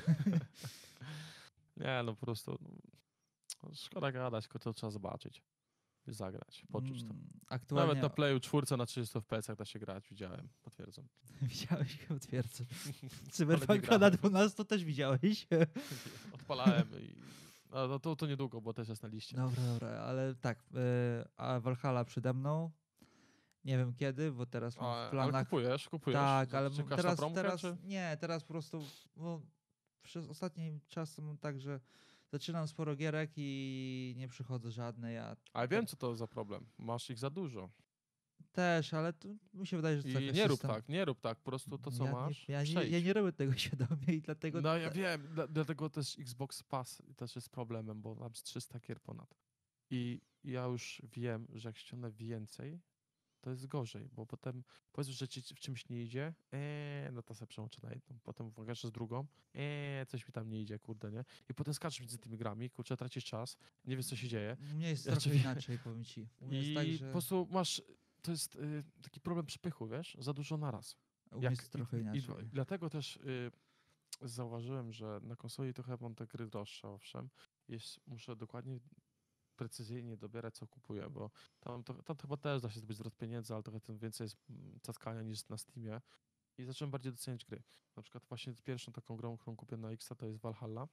Nie, no po prostu szkoda gadać, tylko to trzeba zobaczyć, zagrać, poczuć to. Aktualnie Nawet na Playu 4 na 30 FPS da się grać, widziałem, potwierdzam. widziałeś, potwierdzam. Ale Cyberpunka nie na grałem. 12 też widziałeś. Odpalałem i no, to niedługo, bo też jest na liście. Dobra, ale tak, a Valhalla przede mną. Nie wiem kiedy, bo teraz mam w Ale planach. kupujesz? Tak, ale Czekasz na promkę, teraz czy? nie, teraz po prostu bo przez ostatni czas mam tak, że zaczynam sporo gierek i nie przychodzę żadne. Ja Ale wiem, co to za problem. Masz ich za dużo. też, ale to mi się wydaje, że to I jakaś nie rób system. tak, nie rób tak. Po prostu to, co ja masz, nie, ja, nie, przejdź. ja nie robię tego świadomie i dlatego. No ja wiem, dlatego też Xbox Pass też jest problemem, bo tam jest 300 gier ponad. I ja już wiem, że jak ściągnę więcej, to jest gorzej, bo potem powiedzmy, że ci w czymś nie idzie, no to sobie przełączę na jedną, potem uwagasz z drugą, coś mi tam nie idzie, kurde, nie? I potem skaczesz między tymi grami, kurczę, tracisz czas, nie wiesz, co się dzieje. U mnie jest Znaczy, trochę inaczej, powiem ci. U mnie I jest tak, po że prostu masz, to jest taki problem przepychu, wiesz, za dużo naraz. u mnie jest trochę inaczej. Dlatego też zauważyłem, że na konsoli trochę mam te gry droższe, owszem, muszę dokładnie, precyzyjnie dobierać, co kupuję, bo tam chyba też da się zdobyć zwrot pieniędzy, ale trochę tym więcej jest cackania niż na Steamie i zacząłem bardziej doceniać gry. Na przykład właśnie pierwszą taką grą, którą kupię na X, to jest Valhalla.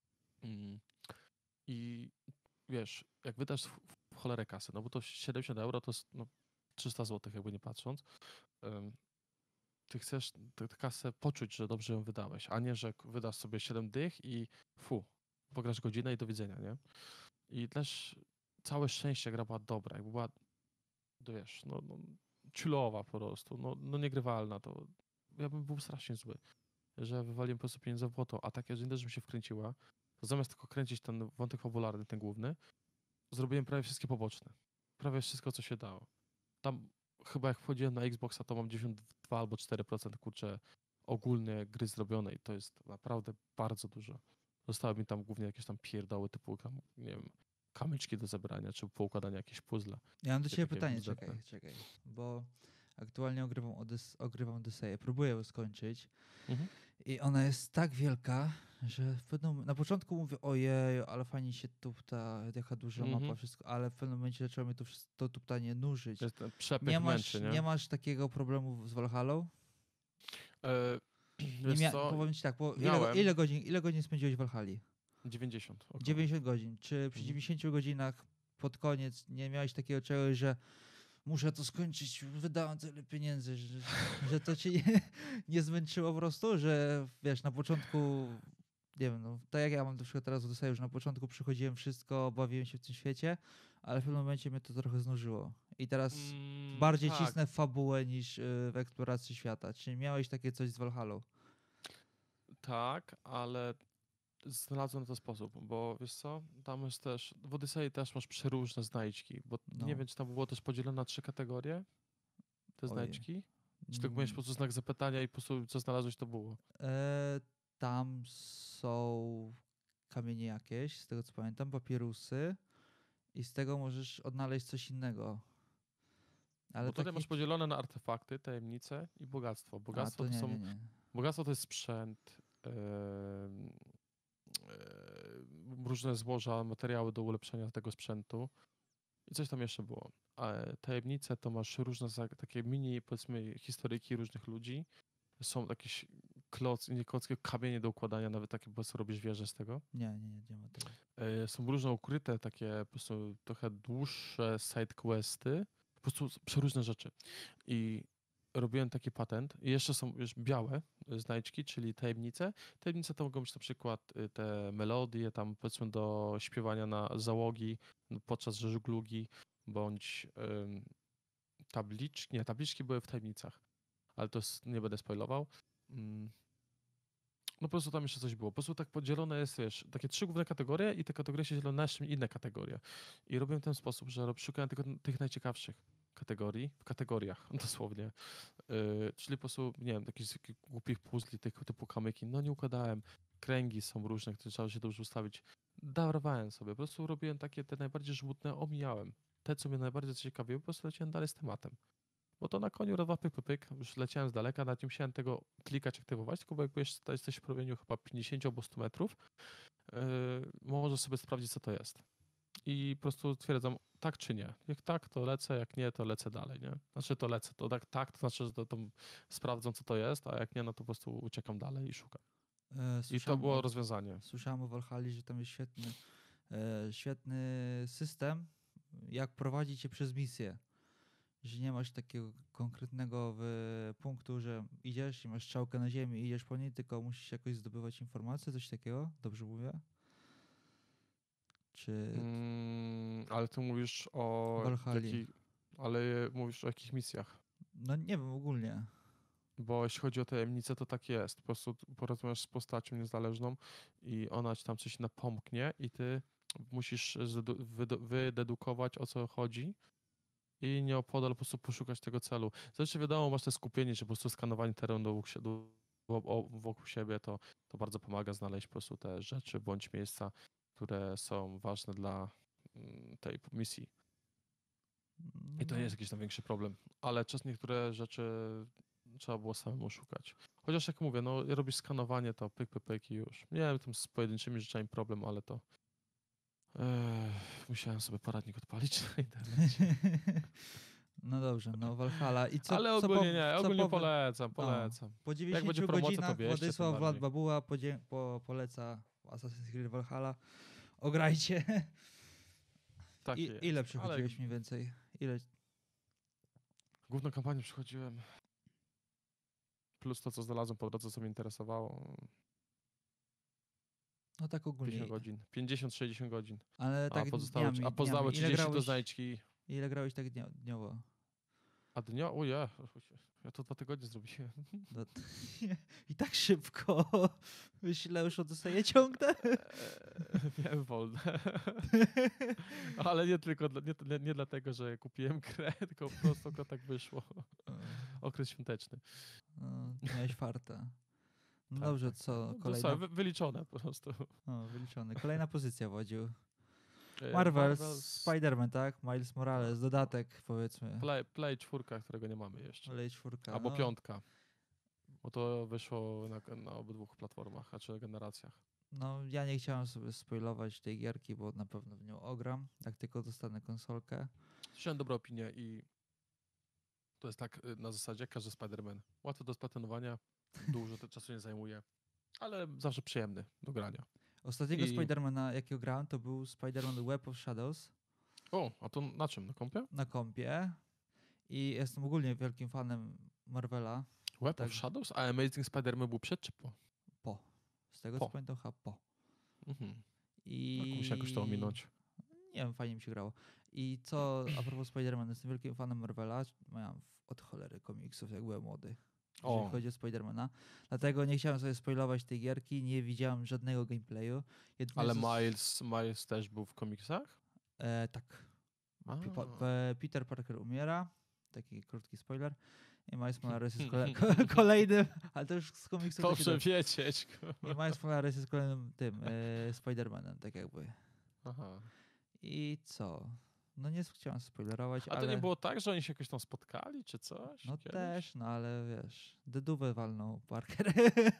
I wiesz, jak wydasz w cholerę kasy, no bo to 70 euro to jest 300 zł, jakby nie patrząc, ty chcesz tę kasę poczuć, że dobrze ją wydałeś, a nie, że wydasz sobie 7 dych i pograsz godzinę i do widzenia, nie? I też całe szczęście gra była dobra, jakby była, wiesz, chillowa po prostu, no niegrywalna, to ja bym był strasznie zły, że wywaliłem po prostu pieniądze w błoto, a takie, że mi się wkręciła, to zamiast tylko kręcić ten wątek fabularny, ten główny, zrobiłem prawie wszystkie poboczne. Prawie wszystko, co się dało. Tam chyba jak wchodziłem na Xboxa, to mam 92 albo 4% kurczę ogólnie gry zrobione i to jest naprawdę bardzo dużo. Zostały mi tam głównie jakieś tam pierdoły typu, nie wiem, kamyczki do zebrania, czy poukładania jakieś puzzle. Ja mam do Takie ciebie pytanie, bzdetne. czekaj, bo aktualnie ogrywam Odyseję, próbuję ją skończyć Mhm. i ona jest tak wielka, że na początku mówię, ojej, ale fajnie się tupta, jaka duża mapa, Mhm. wszystko, ale w pewnym momencie zaczęło mnie to tuptanie nużyć. Jest ten przepych męczy, nie? Nie masz takiego problemu z Valhallą? Wiesz co, Powiem ci tak, bo miałem. ile godzin spędziłeś w Valhalli? 90 około. 90 godzin. Czy przy 90 godzinach pod koniec nie miałeś takiego czegoś, że muszę to skończyć, wydałem tyle pieniędzy, że to cię nie zmęczyło po prostu, że wiesz, na początku, nie wiem, no, tak jak ja mam na przykład teraz w Odyseju, że na początku przychodziłem wszystko, bawiłem się w tym świecie, ale w pewnym momencie mnie to trochę znużyło. I teraz bardziej tak. cisnę w fabułę niż w eksploracji świata. Czy miałeś takie coś z Valhallą? Tak, ale znalazłem na to sposób, bo wiesz co, tam jest też, w Odysei też masz przeróżne znajdźki, bo No. nie wiem, czy tam było też podzielone na 3 kategorie, te Ojej. znajdźki? Czy tylko miałeś po prostu znak zapytania i po prostu co znalazłeś, to było? Tam są kamienie jakieś, z tego co pamiętam, papierusy i z tego możesz odnaleźć coś innego. Ale Bo tutaj masz podzielone na artefakty, tajemnice i bogactwo. Bogactwo to to są, nie. bogactwo to jest sprzęt, różne złoża, materiały do ulepszenia tego sprzętu i coś tam jeszcze było. A tajemnice to masz różne takie mini, powiedzmy, historyjki różnych ludzi. Są jakieś klocki, kamienie do układania, nawet takie po prostu robisz wieże z tego. Nie ma tego. Są różne ukryte takie po prostu trochę dłuższe side questy, po prostu przeróżne rzeczy. I robiłem taki patent i jeszcze są już białe znajdźki, czyli tajemnice. Tajemnice to mogą być na przykład te melodie tam powiedzmy do śpiewania na załogi podczas żeglugi, bądź tabliczki, nie, tabliczki były w tajemnicach, ale to nie będę spoilował. No po prostu tam jeszcze coś było. Po prostu tak podzielone jest, wiesz, takie 3 główne kategorie i te kategorie się dzielą na jeszcze inne kategorie. I robiłem w ten sposób, że szukałem tylko tych najciekawszych kategorii, w kategoriach dosłownie. Czyli po prostu, nie wiem, jakichś głupich puzli typu kamyki, no nie układałem. Kręgi są różne, które trzeba się dobrze ustawić. Darowałem sobie, po prostu robiłem takie te najbardziej żmudne, omijałem. Te, co mnie najbardziej ciekawiły, po prostu leciałem dalej z tematem. Bo to na koniu raz, pyk, pyk, pyk, już leciałem z daleka, nawet nie musiałem tego klikać, aktywować, tylko bo jakby jesteś w promieniu chyba 50 albo 100 metrów, możesz sobie sprawdzić, co to jest. I po prostu stwierdzam, tak czy nie. Jak tak, to lecę, jak nie, to lecę dalej, nie? Znaczy to lecę, to tak to znaczy, że to sprawdzam, co to jest, a jak nie, no to po prostu uciekam dalej i szukam. I to było rozwiązanie. Słyszałem o Valhalli, że tam jest świetny system, jak prowadzić cię przez misję. Że nie masz takiego konkretnego punktu, że idziesz i masz strzałkę na ziemi i idziesz po niej, tylko musisz jakoś zdobywać informacje, coś takiego? Dobrze mówię? Czy Ale ty mówisz o Valhalli? ale mówisz o jakich misjach? No nie wiem, ogólnie. Bo jeśli chodzi o tajemnicę, to tak jest. Po prostu porozmawiasz z postacią niezależną i ona ci tam coś napomknie i ty musisz wydedukować, o co chodzi i nieopodal po prostu poszukać tego celu. Zresztą wiadomo, masz te skupienie, czy po prostu skanowanie terenu wokół siebie, to bardzo pomaga znaleźć po prostu te rzeczy bądź miejsca, które są ważne dla tej misji. I to nie jest jakiś tam większy problem. Ale niektóre rzeczy trzeba było samemu szukać. Chociaż jak mówię, no robisz skanowanie, to pyk, pyk, pyk i już. Miałem tam z pojedynczymi rzeczami problem, ale to musiałem sobie poradnik odpalić na internecie. No dobrze, no Valhalla. I co, ale ogólnie ogólnie polecam. Po Jak 90 będzie promocja, to godzinach bierzcie, tym Władysław bardziej. Vlad Babuła poleca Assassin's Creed Valhalla. Ograjcie. Tak jest. Ile przychodziłeś mniej więcej? Główną kampanię przychodziłem. Plus to, co znalazłem po drodze, co mnie interesowało. No tak ogólnie. 50 godzin. 50-60 godzin. Ale tak a pozostałe 30 do znajdźki. Ile grałeś tak dniowo? A dnio? Ojej, ja to 2 tygodnie zrobiłem. I tak szybko. Myślę, już dostaję ciągle. Miałem wolne. Ale nie tylko, nie dlatego, że kupiłem grę, tylko po prostu tak wyszło. Okres świąteczny. No, miałeś farta. No tak, dobrze, tak. co? No, Kolejna... wyliczone po prostu. Wyliczone. Kolejna pozycja, Wodziu. Marvel, Spider-Man, tak? Miles Morales, dodatek powiedzmy. Play 4, którego nie mamy jeszcze. Play 4. Albo 5. Bo to wyszło na obydwu platformach, a czy generacjach. No ja nie chciałem sobie spoilować tej gierki, bo na pewno w nią ogram, jak tylko dostanę konsolkę. Słyszałem dobre opinie i to jest tak na zasadzie jak każdy Spider-Man. Łatwo do splatynowania, dużo czasu nie zajmuje, ale zawsze przyjemny do grania. Ostatniego Spidermana, jakiego grałem, to był Spider-Man Web of Shadows. O, a to na czym? Na kompie? Na kompie. I jestem ogólnie wielkim fanem Marvela. Web of Shadows? A Amazing Spider-Man był przed czy po? Po. Z tego co pamiętam, chyba po. I muszę jakoś to ominąć. Nie wiem, fajnie mi się grało. I co, a propos Spider-Man, jestem wielkim fanem Marvela. Miałem od cholery komiksów, jak byłem młody. Jeżeli chodzi o Spider-Mana. Dlatego nie chciałem sobie spoilować tej gierki, nie widziałem żadnego gameplayu. Ale Miles też był w komiksach? Tak. Peter Parker umiera. Taki krótki spoiler. I Miles Morales jest kolejnym, ale to już z komiksów. Proszę wiedzieć. I Miles Morales jest kolejnym tym Spider-Manem, tak jakby. Aha. I co? No nie chciałem spoilerować, ale... A to nie było tak, że oni się jakoś tam spotkali, czy coś? No kiedyś? Też, no ale wiesz, dedówę walnął Parker.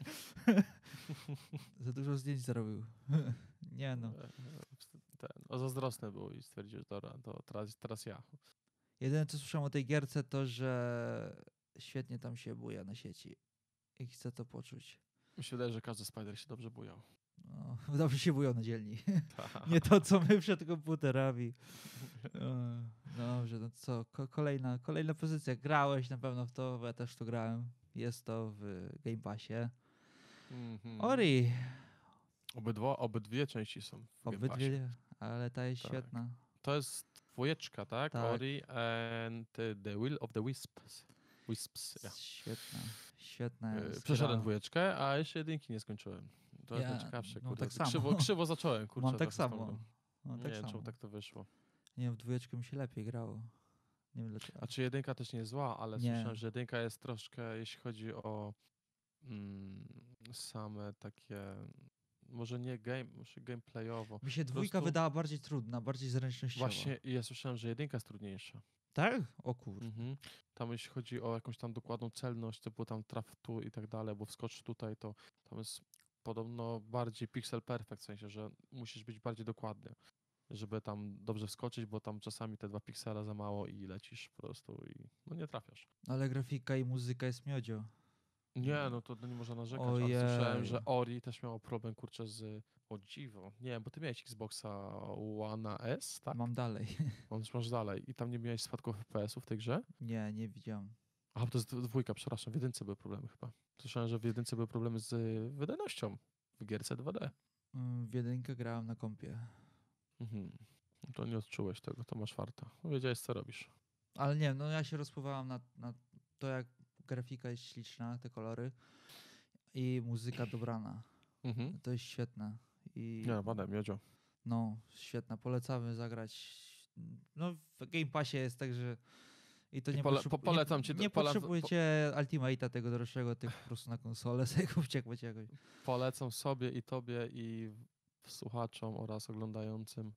Za dużo zdjęć zrobił. Nie no. Zazdrosny był i stwierdził, że dobra, to teraz ja. Jedyne co słyszałem o tej gierce to, że świetnie tam się buja na sieci. I chcę to poczuć. Mi się wydaje, że każdy Spider się dobrze bujał. No, dobrze się bują na dzielni. Tak. Nie to, co my przed komputerami. Dobrze, no co, kolejna pozycja. Grałeś na pewno w to, bo ja też to grałem. Jest to w Game Passie. Mhm. Ori, Obydwie części są w Game Passie. obydwie, ale ta jest Tak. świetna. To jest dwójeczka, tak? Tak. Ori and the Will of the Wisps. Ja. Świetna jest Przeszedłem gra. dwójeczkę, a jeszcze jedynki nie skończyłem. To jest Ja- najciekawsze, no kurde. tak samo. Krzywo zacząłem, kurczę. Mam tak trochę z tą samo. grą. Mam Nie tak wiem, czemu samo. tak to wyszło. Nie wiem, w dwójeczkę mi się lepiej grało. Nie wiem dlaczego. A czy jedynka też nie jest zła, ale Nie. słyszałem, że jedynka jest troszkę, jeśli chodzi o same takie, może gameplayowo. Mi się dwójka prostu- wydała bardziej trudna, bardziej zręcznościowa. Właśnie ja słyszałem, że jedynka jest trudniejsza. Tak? O kurde. Mhm. Tam jeśli chodzi o jakąś tam dokładną celność, to było tam traf tu i tak dalej, bo wskocz tutaj, to tam jest podobno bardziej pixel perfect, w sensie, że musisz być bardziej dokładny, żeby tam dobrze wskoczyć, bo tam czasami te 2 piksele za mało i lecisz po prostu i no nie trafiasz. Ale grafika i muzyka jest miodzio. Nie, no to nie można narzekać, ale słyszałem, że Ojej. Ori też miało problem, kurczę, o dziwo, nie wiem, bo ty miałeś Xboxa One S, tak? Mam dalej. On już masz dalej i tam nie miałeś spadków FPS-ów w tej grze? Nie widziałem. A, to jest dwójka, przepraszam, w jedynce były problemy chyba. Słyszałem, że w jedynce były problemy z wydajnością w gierce 2D. W jedynkę grałem na kompie. Mhm. No to nie odczułeś tego, to masz farta. No, wiedziałeś, co robisz. Ale nie, no ja się rozpływałem na to, jak grafika jest śliczna, te kolory i muzyka dobrana. Mhm. To jest świetne. I Nie, badaj, miodzio. no, świetna. Polecamy zagrać. No, w Game Passie jest tak, że i to I nie, polecam ci- nie potrzebujecie Ultimate'a tego droższego, tylko po prostu na konsolę sobie kupcie, jak macie jakoś. Polecam sobie i tobie i słuchaczom oraz oglądającym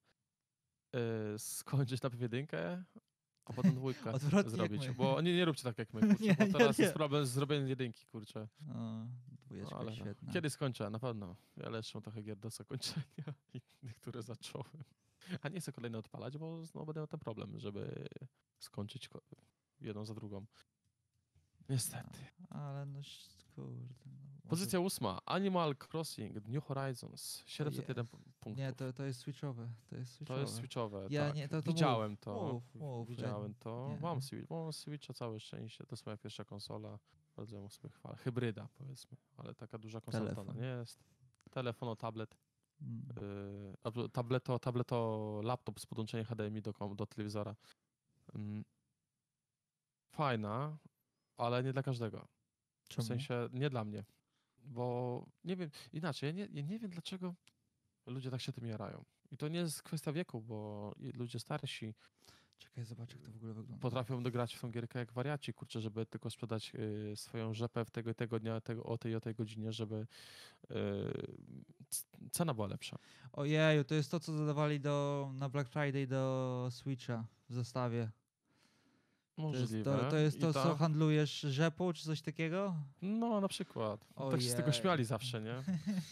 skończyć najpierw jedynkę, a potem dwójkę Odwrotnie zrobić. jak my. Bo nie róbcie tak jak my, kurczę, Nie, bo nie, teraz nie. jest problem z zrobieniem jedynki, kurczę. O, dwójeczka Ale jest świetna. kiedy skończę? Na pewno. Ja jeszcze mam trochę gier do zakończenia i niektóre zacząłem. A nie chcę kolejne odpalać, bo znowu będę miał ten problem, żeby skończyć jedną za drugą. Niestety. Ale no, kurde. No, może- Pozycja 8. Animal Crossing New Horizons. 701 punktów. Nie, to jest switchowe. To jest switchowe. To jest switchowe, Ja tak. nie, to Widziałem to. mów, Widziałem to. nie. Mam Switcha, całe szczęście. To jest moja pierwsza konsola. Bardzo ją sobie chwalę. Hybryda, powiedzmy. Ale taka duża konsola to ona Telefon. nie jest. Telefon, tablet. Mm. Tableto, laptop z podłączeniem HDMI do telewizora. Fajna, ale nie dla każdego. W Czemu? sensie nie dla mnie. Bo nie wiem, inaczej, ja nie wiem dlaczego ludzie tak się tym jarają. I to nie jest kwestia wieku, bo ludzie starsi Czekaj, zobacz, jak to w ogóle wygląda. potrafią dograć w tą gierkę jak wariaci, kurczę, żeby tylko sprzedać swoją rzepę w tego i tego dnia, o tej i tej godzinie, żeby cena była lepsza. Ojeju, to jest to, co dodawali na Black Friday do Switcha w zestawie. Możliwe. To jest I to, co handlujesz rzepą, czy coś takiego? No, na przykład. Tak się z tego Ojej. śmiali zawsze, nie?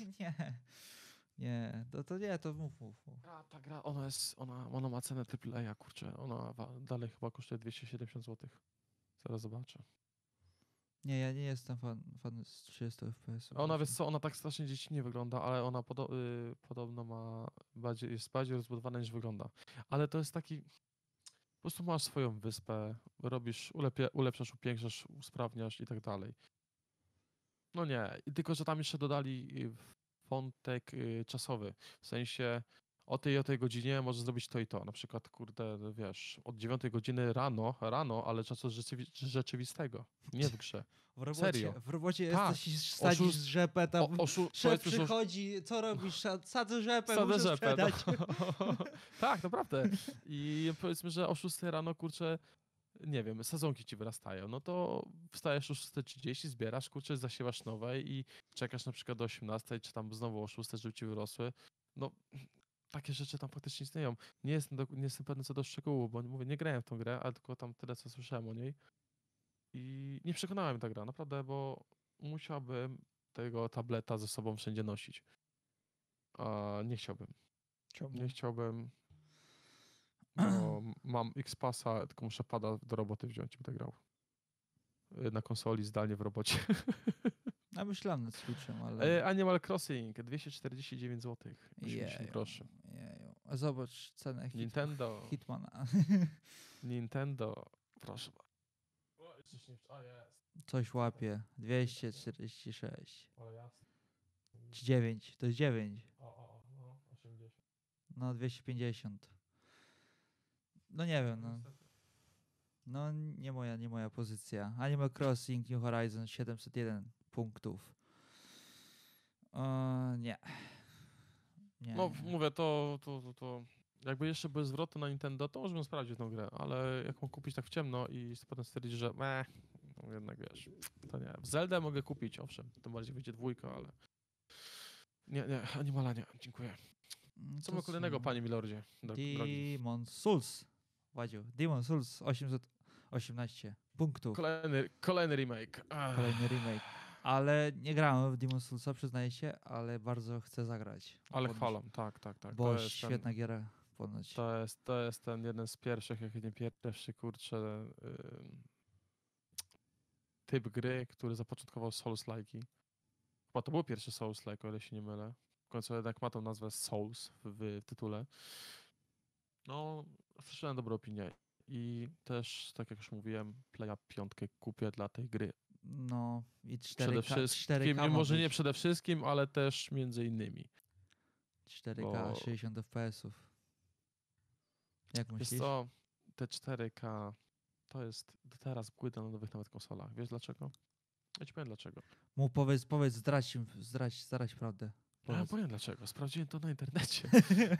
Nie, to nie, to mów. Ta gra, ona ma cenę AAA, kurczę. Ona dalej chyba kosztuje 270 zł. Zaraz zobaczę. Nie, ja nie jestem fan z 30 FPS. Ona, wiesz co, ona tak strasznie dziecinnie wygląda, ale ona podobno jest bardziej rozbudowana niż wygląda. Ale to jest taki, po prostu masz swoją wyspę, robisz, ulepszasz, upiększasz, usprawniasz i tak dalej. No nie, i tylko, że tam jeszcze dodali wątek czasowy, w sensie o tej godzinie możesz zrobić to i to, na przykład, kurde, wiesz, od 9 godziny rano, ale czasu rzeczywistego, nie w grze. Serio. W robocie Tak. jesteś, sadzisz rzepę, tam szef powiedzmy, że przychodzi, co robisz? Sadzę rzepę, Sadzę muszę rzepę, sprzedać. no. Tak, naprawdę. I powiedzmy, że o 6 rano, kurczę, nie wiem, sadzonki ci wyrastają, no to wstajesz o 6:30, zbierasz, kurczę, zasiewasz nowe i czekasz na przykład do 18, czy tam znowu o 6, żeby ci wyrosły. No, takie rzeczy tam faktycznie istnieją. Nie jestem pewny co do szczegółów, bo mówię, nie grałem w tą grę, ale tylko tam tyle, co słyszałem o niej. I nie przekonała mnie ta gra, naprawdę, bo musiałbym tego tableta ze sobą wszędzie nosić. A nie chciałbym. Czemu? Nie chciałbym, bo mam X-Passa, tylko muszę pada do roboty wziąć i będę grał. Na konsoli zdalnie w robocie. Ja myślałem nad Switchem, ale... Animal Crossing 249 zł. 80 Jeju, groszy. jeju. A zobacz cenę Nintendo. Hitmana. Nintendo. Proszę bardzo. O, jeszcze się nie... A, jest. Coś łapie. 246. Ale jasne. 9. To jest 9. No, 80. No 250. No nie wiem, no. No nie moja pozycja. Animal Crossing New Horizons 701 punktów. Nie. Nie, No, nie. mówię, to... Jakby jeszcze były zwroty na Nintendo, to możemy sprawdzić tę grę, ale jak mam kupić tak w ciemno i potem stwierdzić, że no jednak wiesz, to nie. W Zeldę mogę kupić, owszem, tym bardziej wyjdzie dwójka, ale... Nie, Animala nie, dziękuję. Co ma kolejnego, panie Milordzie? Drogi? Demon's Souls. Wadziu. Demon's Souls 818 punktów. Kolejny remake. Kolejny remake. Ale nie grałem w Demon's Soulsa, przyznaję się, ale bardzo chcę zagrać. Ale Ponoć. chwalą, tak. Bo To jest świetna giera ponoć. To jest ten jeden z pierwszych, jak nie pierwszy, kurczę, typ gry, który zapoczątkował Souls-like'i. Chyba to był pierwszy Souls-like, o ile się nie mylę. W końcu jednak ma tą nazwę Souls w tytule. No, słyszałem dobre opinie. I też, tak jak już mówiłem, Playa 5 kupię dla tej gry. No i Przede 4K, wszystkim, 4K może nie przede wszystkim, ale też między innymi. 4K, bo- 60 FPS-ów. Jak Wiesz myślisz? co, te 4K to jest do teraz błydę na nowych nawet konsolach. Wiesz dlaczego? Ja ci powiem dlaczego. Mu powiedz, zdradź prawdę. Ja Powiedz. powiem dlaczego. Sprawdziłem to na internecie.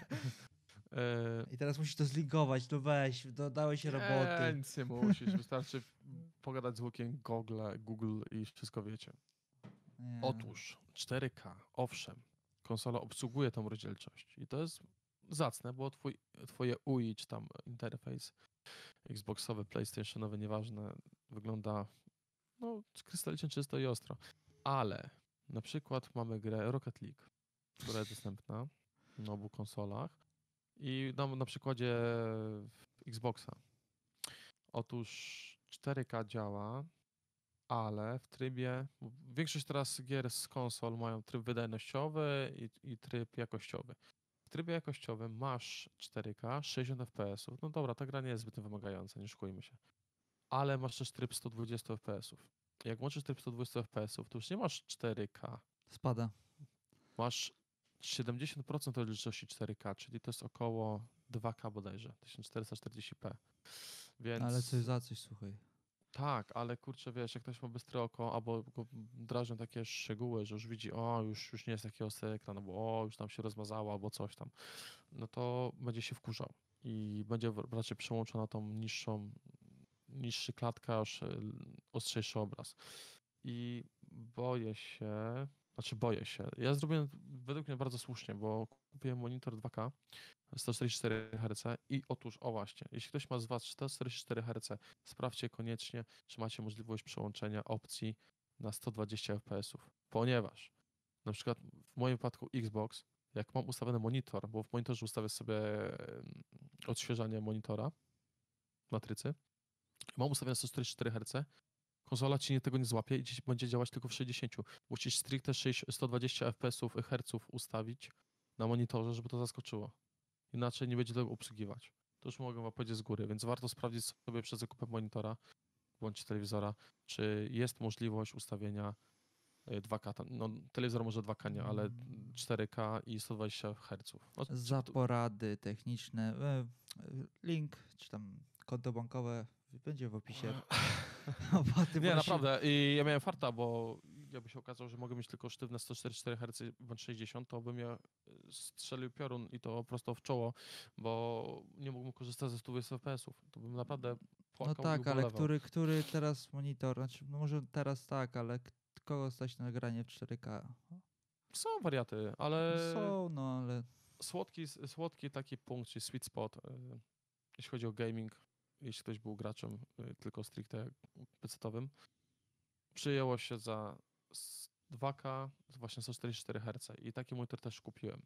I teraz musisz to zlinkować, no weź, dodałeś roboty. Nic nie musisz. Wystarczy pogadać z Łukiem Google i wszystko wiecie. Nie. Otóż 4K, owszem, konsola obsługuje tą rozdzielczość i to jest zacne, bo twoje UI czy tam interfejs Xboxowy, PlayStationowy, nieważne, wygląda no krystalicznie czysto i ostro. Ale na przykład mamy grę Rocket League, która jest dostępna na obu konsolach i dam na przykładzie Xboxa. Otóż 4K działa, ale w trybie... Większość teraz gier z konsol mają tryb wydajnościowy i tryb jakościowy. W trybie jakościowym masz 4K, 60 fps. No dobra, ta gra nie jest zbyt wymagająca, nie oszukujmy się. Ale masz też tryb 120 fps. Jak łączysz tryb 120 fps, to już nie masz 4K. Spada. Masz 70% rozdzielczości 4K, czyli to jest około 2K bodajże, 1440p. Więc... Ale coś za coś, słuchaj. Tak, ale kurczę, wiesz, jak ktoś ma bystre oko, albo go drażnią takie szczegóły, że już widzi, już nie jest taki ostry ekran, albo już tam się rozmazało, albo coś tam, no to będzie się wkurzał i będzie raczej przełączona tą niższy klatkarz, ostrzejszy obraz. I boję się, ja zrobiłem według mnie bardzo słusznie, bo kupiłem monitor 2K, 144 Hz i otóż, o właśnie, jeśli ktoś ma z Was 144 Hz, sprawdźcie koniecznie, czy macie możliwość przełączenia opcji na 120 fps, ponieważ na przykład w moim wypadku Xbox, jak mam ustawiony monitor, bo w monitorze ustawię sobie odświeżanie monitora, matrycy, mam ustawione 144 Hz, konsola ci tego nie złapie i ci będzie działać tylko w 60. Musisz stricte 120 fps herców ustawić na monitorze, żeby to zaskoczyło. Inaczej nie będzie tego obsługiwać. To już mogę wam powiedzieć z góry, więc warto sprawdzić sobie przed zakupem monitora bądź telewizora, czy jest możliwość ustawienia 2K. No, telewizor może 2K nie, ale 4K i 120 Hz. No, Za porady techniczne. Link, czy tam konto bankowe będzie w opisie. Nie, naprawdę. I ja miałem farta, bo jakby się okazało, że mogę mieć tylko sztywne 144 Hz bądź 60, to bym ja strzelił piorun i to prosto w czoło, bo nie mógłbym korzystać ze 120 FPS-ów. To bym naprawdę płakał No tak, i ale ubolewał. który teraz monitor, znaczy no może teraz tak, ale kogo stać na nagranie w 4K? Są wariaty, ale Są, no ale słodki taki punkt, czyli sweet spot, jeśli chodzi o gaming, jeśli ktoś był graczem tylko stricte PC-owym, przyjęło się za 2K, właśnie 144 Hz i taki monitor też kupiłem.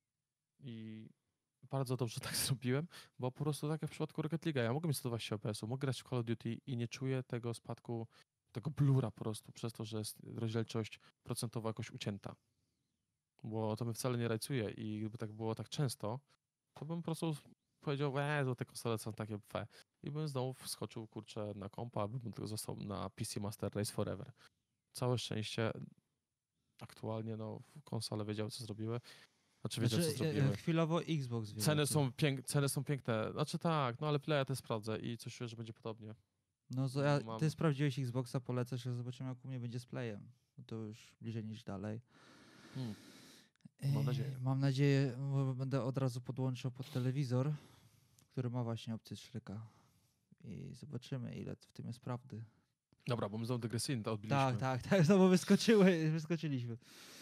I bardzo dobrze tak zrobiłem, bo po prostu tak jak w przypadku Rocket League, ja mogę mieć 120 FPS, mogę grać w Call of Duty i nie czuję tego spadku tego blura po prostu, przez to, że jest rozdzielczość procentowa jakoś ucięta. Bo to mnie wcale nie rajcuje i gdyby tak było tak często, to bym po prostu powiedział, to te konsole są takie fe. I bym znowu wskoczył, kurczę, na kompa, bym tylko został na PC Master Race Forever. Całe szczęście aktualnie, konsole wiedziały, co zrobiły. Znaczy, wiedziały, co zrobiły. Chwilowo Xbox wie. Ceny są piękne. Znaczy tak, ale Playa też sprawdzę i coś czuję, że będzie podobnie. No, ty sprawdziłeś Xboxa, polecasz, że zobaczymy, jak u mnie będzie z Playem. No to już bliżej niż dalej. Mam nadzieję. Mam nadzieję, bo będę od razu podłączał pod telewizor, który ma właśnie opcję Shreka. I zobaczymy, ile w tym jest prawdy. Dobra, bo my znowu dygresyjnie to odbiliśmy. Tak, znowu wyskoczyliśmy.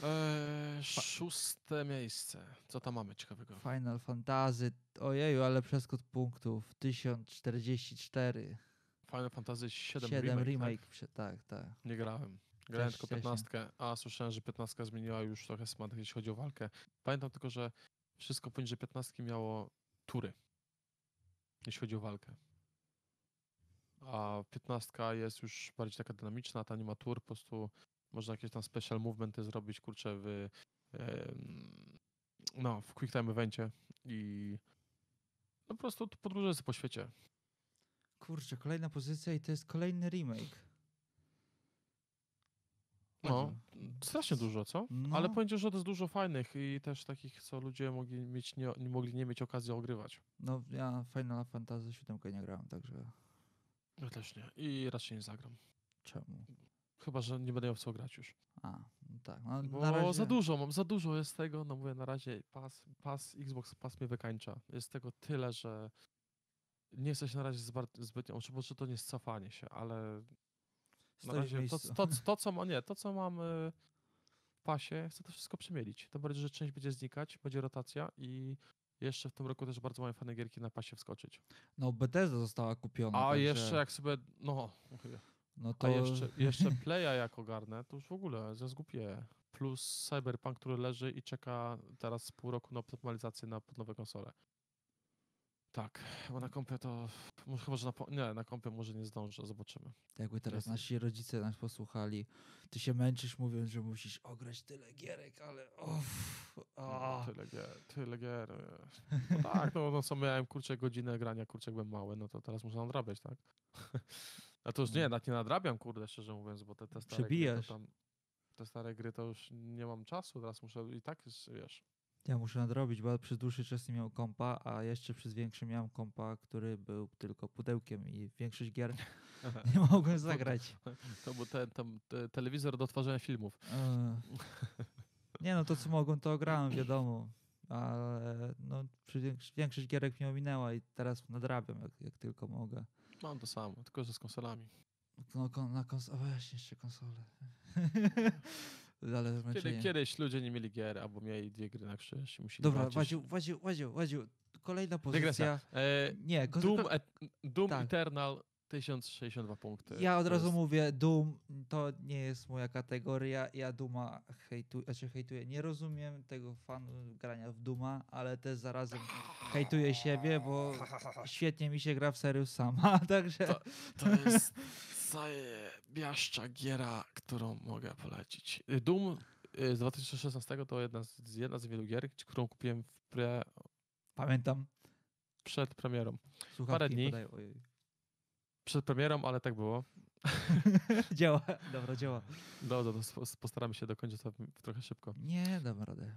6. miejsce. Co tam mamy ciekawego? Final Fantasy, ojeju, ale przeskok punktów. 1044. Final Fantasy 7 remake. Tak? Tak. Nie grałem. Grałem tylko 15, a słyszałem, że 15 zmieniła już trochę smak, jeśli chodzi o walkę. Pamiętam tylko, że wszystko poniżej 15 miało tury, jeśli chodzi o walkę. A 15 jest już bardziej taka dynamiczna, ta nie ma tur, po prostu można jakieś tam special movementy zrobić, kurczę, w quick time evencie i po prostu podróżuję sobie po świecie. Kurczę, kolejna pozycja i to jest kolejny remake. No, strasznie dużo, co? No. Ale powiem ci, że to jest dużo fajnych i też takich, co ludzie mogli nie mieć okazji ogrywać. No, ja Final Fantasy 7 nie grałem, także... Ja też nie. I raczej nie zagram. Czemu? Chyba, że nie będę miał w co grać już. No tak. No, bo na razie... za dużo jest tego, mówię, na razie Xbox Pass mnie wykańcza. Jest tego tyle, że nie chcę się na razie zbytnio, może to nie jest cofanie się, ale na razie to, co mam w pasie, chcę to wszystko przemielić. To bardziej, że część będzie znikać, będzie rotacja i jeszcze w tym roku też bardzo mają fajne gierki na pasie wskoczyć. No, Bethesda została kupiona. A także... jeszcze jak sobie, to... A jeszcze Playa jak ogarnę, to już w ogóle zgłupię. Plus Cyberpunk, który leży i czeka teraz pół roku na optymalizację na nowe konsole. Tak, bo na kompie to... Chyba, że na kompie może nie zdążę, zobaczymy. Jakby teraz nasi rodzice nas posłuchali, ty się męczysz mówiąc, że musisz ograć tyle gierek, ale Tyle gier. No tak, co miałem, kurczę, grania, jak byłem mały, no to teraz muszę nadrabiać, tak? A to już nawet nie nadrabiam, szczerze mówiąc, bo te stare gry te stare gry to już nie mam czasu, teraz muszę i tak, wiesz... Ja muszę nadrobić, bo przez dłuższy czas nie miałem kompa, a jeszcze przez większy miałem kompa, który był tylko pudełkiem i większość gier nie mogłem zagrać. To był ten telewizor do odtwarzania filmów. Nie to co mogłem, to grałem, wiadomo. Ale większość gierek mnie ominęła i teraz nadrabiam, jak tylko mogę. Mam to samo, tylko że z konsolami. Właśnie jeszcze konsole. Ale Kiedyś ludzie nie mieli gier, albo mieli 2 gry na krzyż i musieli Dobra, Wadziu, kolejna pozycja. Nie, Doom tak. Eternal 1062 punkty. Ja od razu mówię, Doom to nie jest moja kategoria. Ja Dooma hejtuję. Nie rozumiem tego fanu grania w Dooma, ale też zarazem hejtuję siebie, bo świetnie mi się gra w Serious Sama, także... To jest zajebiaszcza giera, którą mogę polecić. Doom z 2016 to jedna z wielu gier, którą kupiłem Pamiętam. Przed premierą. Słuchawki Parę dni. Przed premierą, ale tak było. Działa. Dobra, działa. Dobra, postaramy się dokończyć to trochę szybko. Nie, dam radę.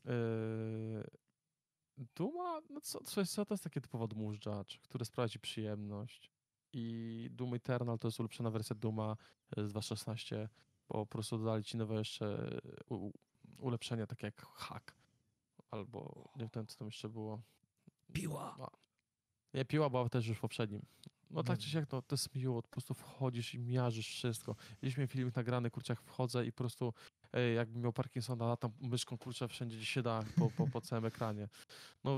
Duma, to jest takie typowo dmużdżacz, który sprawia ci przyjemność. I Doom Eternal to jest ulepszona wersja Dooma z 2.16, bo po prostu dodali ci nowe jeszcze ulepszenia, takie jak hack. Albo nie wiem, co tam jeszcze było. Piła. Nie, piła była też już w poprzednim. No tak czy siak, to jest miło, po prostu wchodzisz i miażdżysz wszystko. Jeśli miałem filmik nagrany, kurczę, jak wchodzę i po prostu jakbym miał Parkinsona, latam myszką, kurczę, wszędzie gdzie się da, po całym ekranie. No,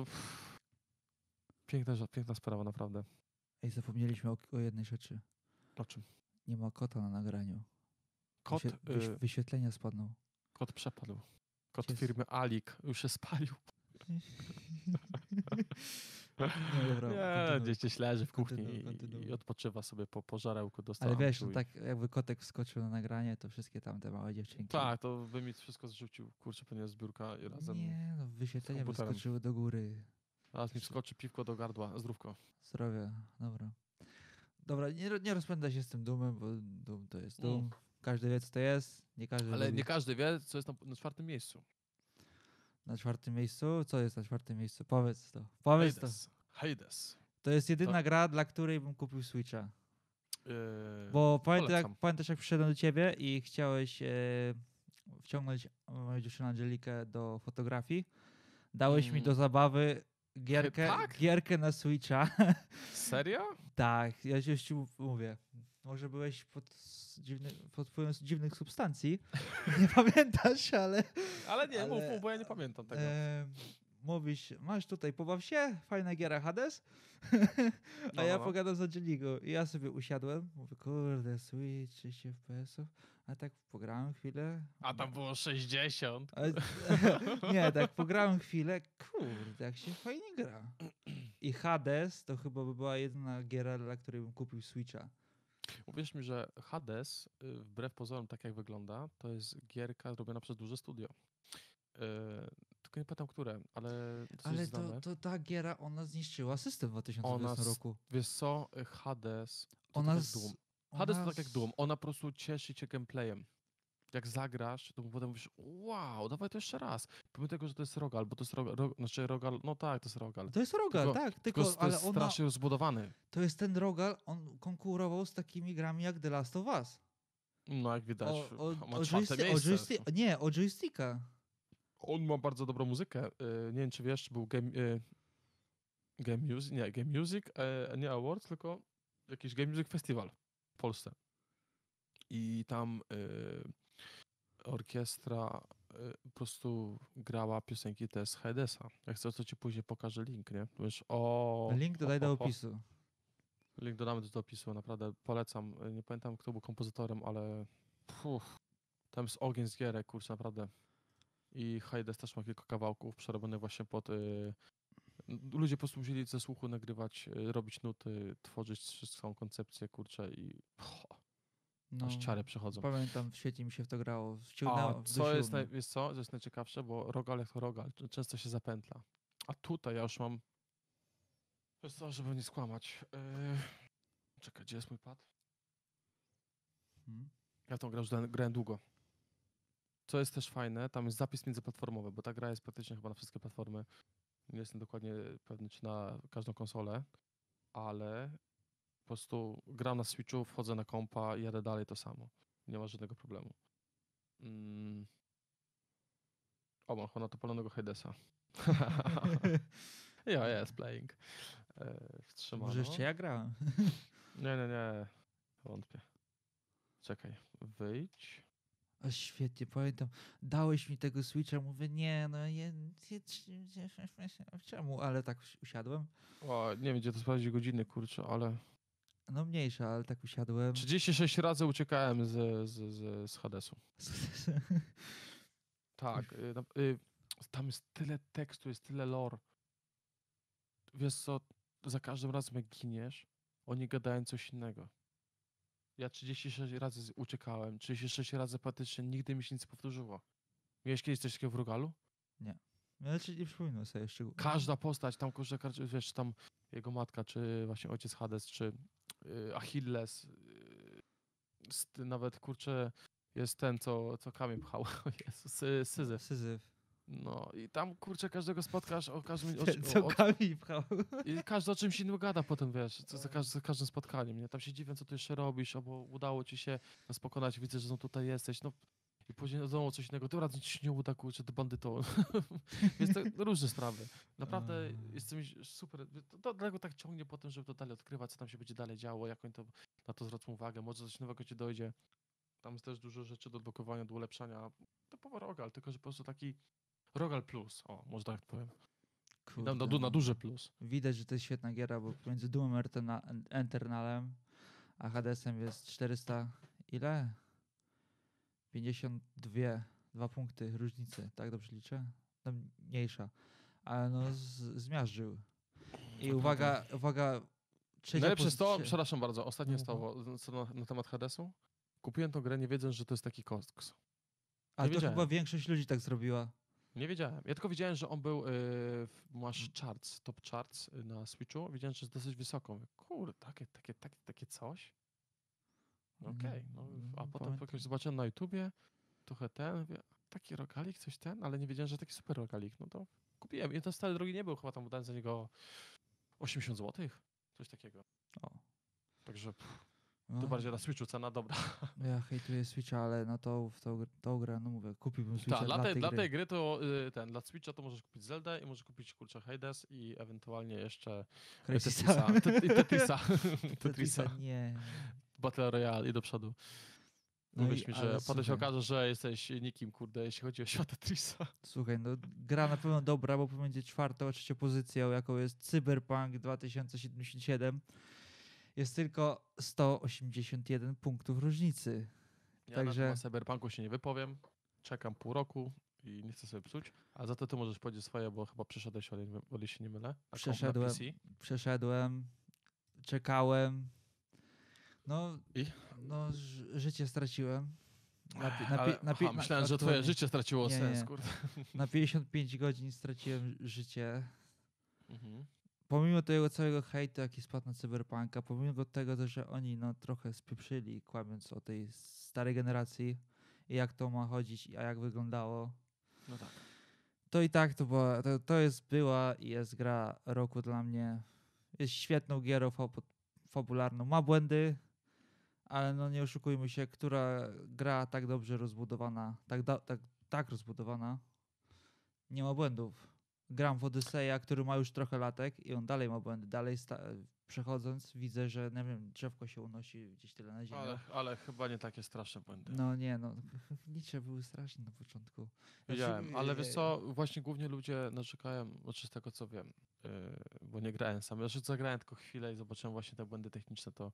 piękna sprawa, naprawdę. Ej, zapomnieliśmy o jednej rzeczy. O czym? Nie ma kota na nagraniu. Kot? Wyświetlenia spadną. Kot przepadł. Kot firmy Alik już się spalił. Nie, dobra, Nie, kontynuuj. gdzieś leży w kuchni Kontynuuj. i odpoczywa sobie po żarełku do Ale wiesz, stanku. no tak jakby kotek wskoczył na nagranie, to wszystkie tam te małe dziewczynki. Tak, to by mi wszystko zrzucił, kurczę, ponieważ zbiórka i razem Nie, no z wyświetlenia komputerem. wyskoczyły do góry. Teraz mi wskoczy piwko do gardła, zdrówko. Zdrowia, dobra. Dobra, nie rozpędzaj się z tym dumem, bo dum to jest dum. Każdy wie, co to jest. Nie każdy Ale lubi. nie każdy wie, co jest na 4. miejscu. Na 4. miejscu? Co jest na 4. miejscu? Powiedz to. Powiedz to. Hades. To jest jedyna gra, dla której bym kupił Switcha. Bo Polecam. pamiętasz, jak przyszedłem do ciebie i chciałeś wciągnąć moją dziewczynę Angelikę do fotografii? Dałeś mi do zabawy Tak? gierkę na Switcha. Serio? Tak, ja już ci mówię. Może byłeś pod wpływem dziwnych substancji. Nie pamiętasz, ale... Ale nie, mów, bo ja nie pamiętam tego. Mówisz, masz tutaj, pobaw się, fajna giera Hades. A ja No. pogadam z Angeliką. I ja sobie usiadłem, mówię, kurde, Switch, 30 FPS-ów. A tak pograłem chwilę. A tam było 60. Nie, tak pograłem chwilę, kurde, jak się fajnie gra. I Hades to chyba by była jedyna giera, dla której bym kupił Switcha. Uwierz mi, że Hades, wbrew pozorom, tak jak wygląda, to jest gierka robiona przez duże studio. Tylko nie pamiętam, które, ale dosyć Ale znane. to ta giera, ona zniszczyła system w 2020 roku. Wiesz co, Hades to Ona tak jak Doom. Hades to tak jak Doom. Ona po prostu cieszy cię gameplayem. Jak zagrasz, to potem mówisz, wow, dawaj to jeszcze raz. Pomimo tego, że to jest Rogal, bo to jest Rogal, no tak, to jest Rogal. To jest Rogal, tak, Tylko to ale jest strasznie rozbudowany. to jest ten Rogal, on konkurował z takimi grami jak The Last of Us. No jak widać, ma 4. miejsce. O joysticka. On ma bardzo dobrą muzykę. Nie wiem, czy wiesz, czy był Game Music, nie, Game Music, nie Awards, tylko jakiś Game Music Festival w Polsce. I tam orkiestra po prostu grała piosenki te z Hadesa. Jak chcesz, to ci później pokażę link, nie? Wiesz, Link dodaj do opisu. Link dodamy do opisu, naprawdę polecam. Nie pamiętam, kto był kompozytorem, ale tam jest ogień z gierek, kurczę, naprawdę. I Hades też ma kilka kawałków przerobionych właśnie pod... ludzie po prostu musieli ze słuchu nagrywać, robić nuty, tworzyć wszystką koncepcję, kurczę i... aż ciary przechodzą. Pamiętam, świetnie mi się w to grało. Wiesz co, to jest najciekawsze, bo Rogal jak to Rogal, często się zapętla. A tutaj ja już mam... Wiesz co, żeby nie skłamać. Czekaj, gdzie jest mój pad? Ja tą grałem długo. Co jest też fajne, tam jest zapis międzyplatformowy, bo ta gra jest praktycznie chyba na wszystkie platformy. Nie jestem dokładnie pewny, czy na każdą konsolę, ale po prostu gram na Switchu, wchodzę na kompa i jadę dalej to samo. Nie ma żadnego problemu. O, mam chyba natopolonego Hadesa. Jest playing. Wstrzymano. Może jeszcze ja grałem. Nie. Wątpię. Czekaj, wyjdź. A świetnie, pamiętam. Dałeś mi tego Switcha, mówię, czemu? Ale tak usiadłem. O, nie wiem, gdzie to sprawdzić godziny, kurczę, ale... No mniejsza, ale tak usiadłem. 36 razy uciekałem z Hadesu. Tak. Tam jest tyle tekstu, jest tyle lore. Wiesz co, za każdym razem jak giniesz, oni gadają coś innego. Ja 36 razy uciekałem, 36 razy praktycznie nigdy mi się nic nie powtórzyło. Miałeś kiedyś coś takiego w Rogalu? Nie. Znaczy nie przypominam sobie szczegółów. Każda postać, tam wiesz, tam jego matka, czy właśnie ojciec Hades, czy Achilles, nawet kurczę jest ten, co kamień pchał. O Jezus, Syzyf. No i tam kurczę każdego spotkasz o każdym... Co kamień pchał. I każdy o czymś innym gada potem, wiesz, za każdym spotkaniem, nie? Tam się dziwią, co tu jeszcze robisz, albo udało ci się nas pokonać, widzę, że tutaj jesteś, no i później znowu coś innego, dobra, nic ci się nie uda, kurczę, to bandyto. Więc to różne sprawy. Naprawdę jest czymś super, to dlatego tak ciągnie po tym, żeby to dalej odkrywać, co tam się będzie dalej działo, jak oni to na to zwracą uwagę, może coś nowego ci dojdzie. Tam jest też dużo rzeczy do odblokowania, do ulepszania. Typowo Rogal, tylko że po prostu taki Rogal plus, o, może tak powiem. Na duży plus. Widać, że to jest świetna giera, bo pomiędzy Doomem Eternalem a Hadesem jest 400... Ile? 52. 2 punkty różnicy, tak dobrze liczę? No mniejsza. ale no zmiażdżył. I uwaga, trzecia Najlepsze jest to, pozycja. przepraszam bardzo, ostatnie jest No, to, co na temat Hadesu. Kupiłem tą grę nie wiedząc, że to jest taki koks. A nie to wiedziałem. chyba większość ludzi tak zrobiła. Nie wiedziałem. Ja tylko wiedziałem, że on był, masz charts, top charts na Switchu. Wiedziałem, że jest dosyć wysoko. Mówię, kurde, takie coś? No okej. No, a potem jakoś zobaczyłem na YouTubie, trochę mówię, taki rogalik, coś ale nie wiedziałem, że taki super rogalik. No to kupiłem. I to stale drogi nie był, chyba tam dałem za niego 80 zł. Coś takiego. O. Także No, tu bardziej na Switchu cena dobra. ja hejtuję Switcha, ale no to w tą grę, no mówię, kupiłbym Switcha Dla tej tej gry to dla Switcha to możesz kupić Zeldę i możesz kupić kurczę Hades i ewentualnie jeszcze Crysisa. Tetrisa. Nie. Battle Royale i do przodu. No Mówisz mi, że potem słuchaj, się okaże, że jesteś nikim, kurde, jeśli chodzi o świat Tetrisa. Słuchaj, no gra na pewno dobra, bo pomiędzy 4. a 3. pozycją, jaką jest Cyberpunk 2077, jest tylko 181 punktów różnicy. Ja Także na temat Cyberpunku się nie wypowiem. Czekam pół roku i nie chcę sobie psuć. A za to ty możesz powiedzieć swoje, bo chyba przeszedłeś, o ile się nie mylę. Przeszedłem, czekałem. No, I? no życie straciłem. Myślałem, że twoje życie straciło sens, kurde. Na 55 godzin straciłem życie. Mhm. Pomimo tego całego hejtu, jaki spadł na Cyberpunka, pomimo tego, też, że oni no, trochę spieprzyli, kłamiąc o tej starej generacji i jak to ma chodzić, a jak wyglądało, No tak. to i tak była i jest gra roku dla mnie. Jest świetną gierą fabularną. Ma błędy, ale no nie oszukujmy się, która gra tak dobrze rozbudowana, tak rozbudowana, nie ma błędów. Gram w Odyseja, który ma już trochę latek i on dalej ma błędy. Dalej przechodząc widzę, że nie wiem, drzewko się unosi gdzieś tyle na ziemię. Ale chyba nie takie straszne błędy. No nie, no nicze były straszne na początku. Wiedziałem, ale wiesz co, właśnie głównie ludzie narzekają, z tego co wiem, bo nie grałem sam. Ja zagrałem tylko chwilę i zobaczyłem właśnie te błędy techniczne, to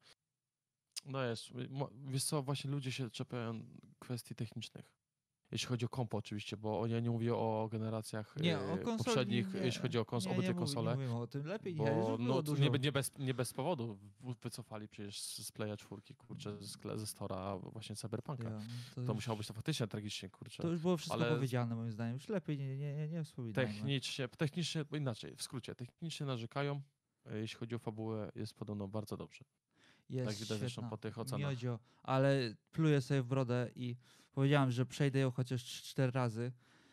no jest, wiesz co, właśnie ludzie się czepiają kwestii technicznych. Jeśli chodzi o kompo oczywiście, bo ja nie mówię o generacjach poprzednich, jeśli chodzi o obydwie konsole. Nie mówimy o tym, lepiej bo nie, no, nie bez powodu wycofali przecież z Playa 4, kurczę, ze Stora właśnie Cyberpunka. Ja, to musiało być to faktycznie tragicznie, kurczę. To już było wszystko powiedziane moim zdaniem, już lepiej nie wspominajmy. Technicznie, bo inaczej, w skrócie, technicznie narzekają, jeśli chodzi o fabułę, jest podobno bardzo dobrze. Jest tak widać zresztą po tych ocenach. Miodzio, ale pluję sobie w brodę i powiedziałem, że przejdę ją chociaż 4 razy.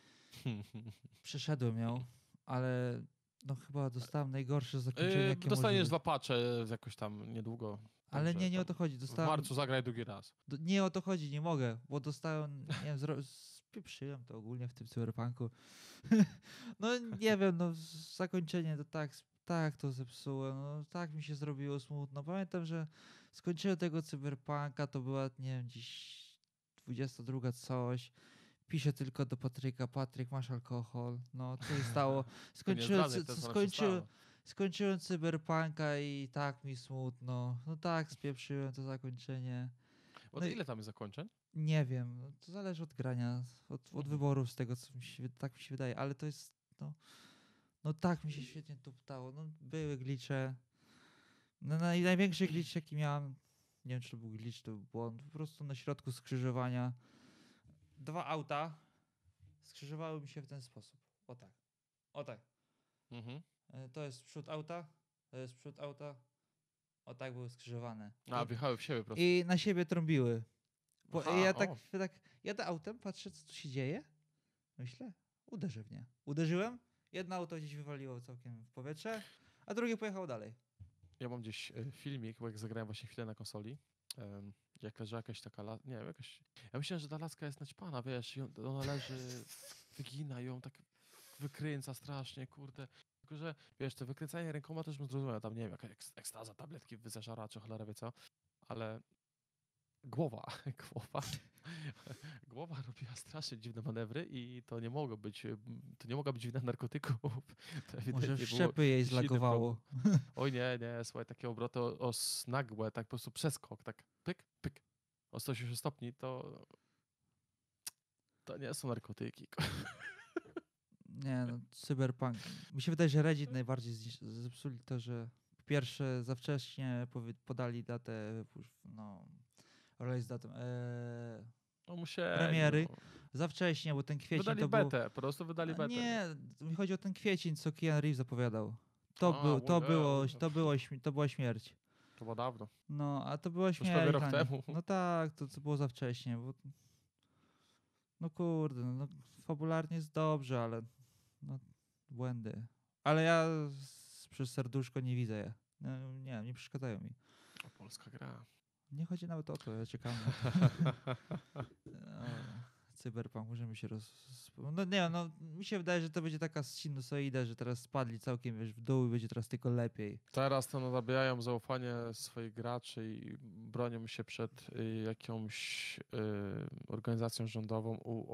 Przeszedłem ją, ale no chyba dostałem najgorsze zakończenie, jakie dostaniesz 2 patche jakoś tam niedługo. Ale nie o to chodzi. W marcu zagraj drugi raz. Nie o to chodzi, nie mogę, bo dostałem, nie wiem, spieprzyłem to ogólnie w tym Cyberpunku. No nie wiem, no zakończenie to tak to zepsułem, no tak mi się zrobiło smutno. Pamiętam, że skończyłem tego Cyberpunka, to była, nie wiem, dziś 22 coś. Piszę tylko do Patryka, Patryk, masz alkohol? No, co się stało? Skończyłem Cyberpunka i tak mi smutno. No tak, spieprzyłem to zakończenie. No ile tam jest zakończeń? Nie wiem, to zależy od grania, od wyborów z tego, co tak mi się wydaje, ale to jest, no tak mi się świetnie tuptało. No, były glitche. No, największy glitch, jaki miałem, nie wiem, czy to był glitch, to był błąd, po prostu na środku skrzyżowania 2 auta skrzyżowały mi się w ten sposób. O tak. O tak. Mhm. To jest przód auta, to jest przód auta. O tak były skrzyżowane. Wjechały w siebie po prostu. I na siebie trąbiły. Jadę autem, patrzę, co tu się dzieje. Myślę, uderzę w nie. Uderzyłem, jedno auto gdzieś wywaliło całkiem w powietrze, a drugie pojechało dalej. Ja mam gdzieś filmik, bo jak zagrałem właśnie chwilę na konsoli, jak leży jakaś taka, nie wiem, ja myślałem, że ta laska jest naćpana, wiesz, i ona leży, wygina ją, tak wykręca strasznie, kurde. Tylko, że wiesz, to wykręcanie rękoma też bym zrozumiał, tam nie wiem, jaka ekstaza, tabletki wyzażara, czy cholera wie co, ale głowa robiła strasznie dziwne manewry i to nie mogła być wina narkotyków. Może wszczepy jej zlagowało. Oj nie, słuchaj, takie obroty nagłe, tak po prostu przeskok, tak pyk, pyk, o 180 stopni, to nie są narkotyki. Nie, no, Cyberpunk. Mi się wydaje, że Reddit najbardziej zepsuli to, że po pierwsze za wcześnie podali datę, no, release datę No musieli, premiery. no. Za wcześnie, bo ten kwiecień Wydali to był... betę, po prostu wydali betę. Nie, mi chodzi o ten kwiecień, co Keanu Reeves zapowiadał. To była śmierć. To było dawno. No, a to była Już śmierć prawie rok dla nich. temu. No tak, to było za wcześnie, bo... No kurde, no fabularnie jest dobrze, ale no, błędy. Ale ja przez serduszko nie widzę je. No, nie przeszkadzają mi. O, polska gra. Nie chodzi nawet o to, ja czekam na to. Cyberpunk, możemy się No nie, no mi się wydaje, że to będzie taka sinusoida, że teraz spadli całkiem wiesz, w dół i będzie teraz tylko lepiej. Teraz to nadabiają zaufanie swoich graczy i bronią się przed jakąś organizacją rządową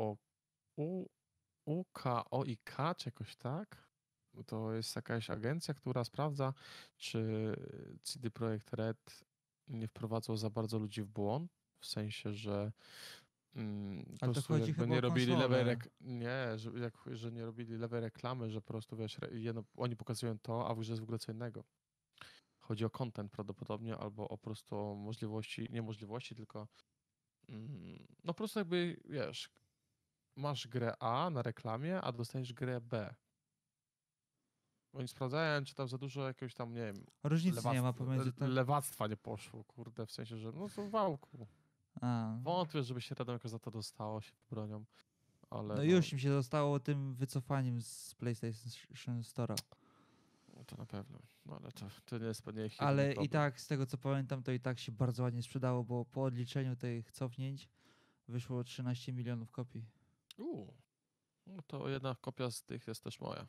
UKOIK czy jakoś tak. To jest jakaś agencja, która sprawdza, czy CD Projekt Red nie wprowadzał za bardzo ludzi w błąd, w sensie, że po Ale to prostu chodzi jakby chyba nie o robili konsolę. nie, że nie robili lewej reklamy, że po prostu wiesz, oni pokazują to, a w grze jest w ogóle co innego. Chodzi o content prawdopodobnie, albo o po prostu możliwości, nie możliwości, tylko no po prostu jakby, wiesz, masz grę A na reklamie, a dostajesz grę B. Oni sprawdzają, czy tam za dużo jakiegoś tam, nie wiem, Różnicy nie ma pomiędzy tym. lewactwa nie poszło, kurde, w sensie, że no to wałku. A, Wątpię, żeby się Radomko za to dostało, się bronią, ale no już im się zostało tym wycofaniem z PlayStation Store'a. no to na pewno, no ale to nie jest pewnie ich Ale jedyny i problem. tak, z tego co pamiętam, to i tak się bardzo ładnie sprzedało, bo po odliczeniu tych cofnięć wyszło 13 milionów kopii. No to jedna kopia z tych jest też moja.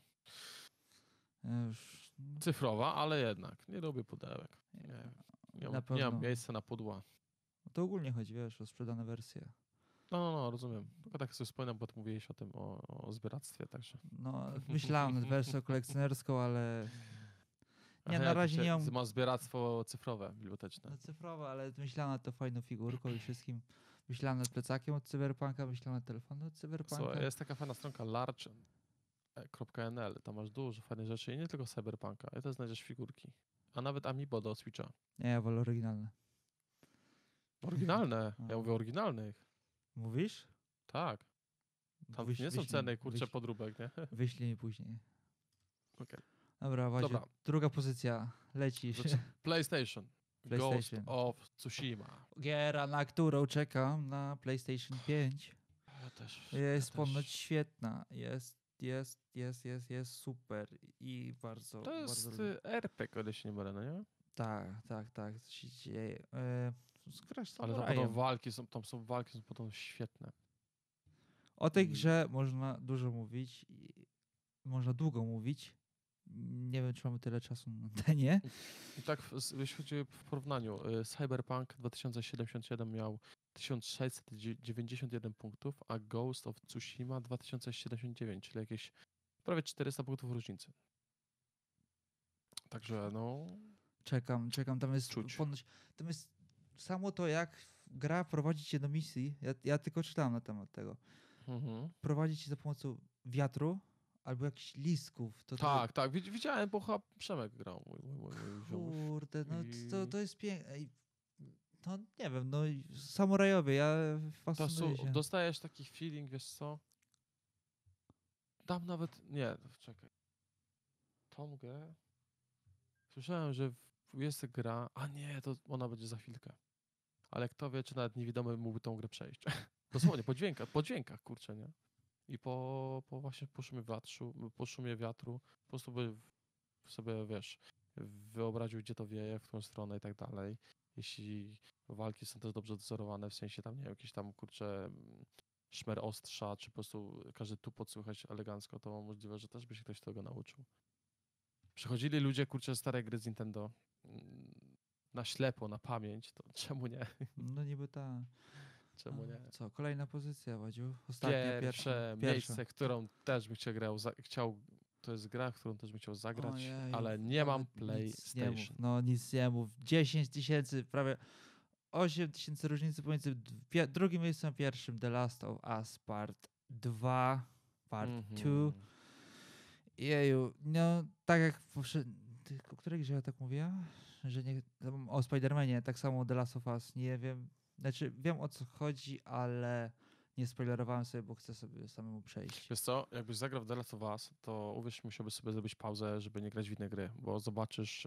Już, Cyfrowa, ale jednak. Nie lubię pudełek. Nie na mam pewno. miejsca na pudła. To ogólnie chodzi, wiesz, o sprzedane wersje. No, rozumiem. Tylko tak sobie wspominam, bo ty mówiłeś o tym, o zbieractwie, także. No, myślałem nad wersją kolekcjonerską, ale nie, Aha, na razie nie mam... Masz zbieractwo cyfrowe, biblioteczne. No, cyfrowe, ale myślałem nad tą fajną figurką i wszystkim. Myślałem nad plecakiem od Cyberpunka, myślałem nad telefonem od Cyberpunka. Słuchaj, jest taka fajna stronka large.nl. Tam masz dużo fajnych rzeczy i nie tylko Cyberpunka. I też znajdziesz figurki. A nawet Amiibo do Switcha. Nie, ja wolę oryginalne. Oryginalne. Ja No. mówię o oryginalnych. Mówisz? Tak. Tam nie są ceny, kurczę, podróbek, nie? Wyślij mi później. Okej. Dobra, Wadziu, Dobra. druga pozycja. Lecisz. PlayStation. PlayStation. Ghost of Tsushima. Giera, na którą czekam, na PlayStation 5. Ja też. Jest ponoć świetna. Jest super i bardzo... To jest bardzo lubię. RPG, o ile się nie mylę, no nie? Tak, to się dzieje. Grasz Ale tam potem walki są walki, są potem świetne. O tej grze można dużo mówić, można długo mówić. Nie wiem, czy mamy tyle czasu na antenie. I tak, jeśli chodzi w porównaniu, Cyberpunk 2077 miał 1691 punktów, a Ghost of Tsushima 2079, czyli jakieś prawie 400 punktów różnicy. Także no... Czekam, tam jest ponoć, tam jest samo to, jak gra prowadzi cię do misji. Ja tylko czytałem na temat tego. Prowadzi cię za pomocą wiatru albo jakichś listków. Tak, widziałem, bo chyba Przemek grał. Mój kurde, no to jest piękne. No nie wiem, no samurajowie, ja fascynuję się. Dostajesz taki feeling, wiesz co? Tam nawet, nie, czekaj. Tą grę? Słyszałem, że jest gra, a nie, to ona będzie za chwilkę. Ale kto wie, czy nawet niewidomy mógłby tą grę przejść. Dosłownie, po dźwiękach, kurczę, nie? I po właśnie po szumie wiatru, po prostu by sobie, wiesz, wyobraził, gdzie to wieje, w którą stronę i tak dalej. Jeśli walki są też dobrze dozorowane, w sensie tam, nie wiem, jakieś tam, kurczę, szmer ostrza, czy po prostu każdy tupot słychać elegancko, to możliwe, że też by się ktoś tego nauczył. Przychodzili ludzie, kurczę, stare gry z Nintendo na ślepo, na pamięć, to czemu nie? No niby tak. Czemu nie? Co, kolejna pozycja, Wadziu? Ostatnia, Pierwsze miejsce, którą też bym chciał, to jest gra, którą też bym chciał zagrać, Ojej, ale nie mam PlayStation. Nic nie mów. 10 000, prawie 8 000 różnicy pomiędzy drugim miejscem a pierwszym. The Last of Us Part 2, Part 2. Jeju, no tak jak o której grze ja tak mówię? Że nie, o Spider-Manie, tak samo The Last of Us, nie wiem, znaczy wiem o co chodzi, ale nie spoilerowałem sobie, bo chcę sobie samemu przejść. Wiesz co, jakbyś zagrał w The Last of Us, to uwierz, musiałbyś sobie zrobić pauzę, żeby nie grać w inne gry, bo zobaczysz,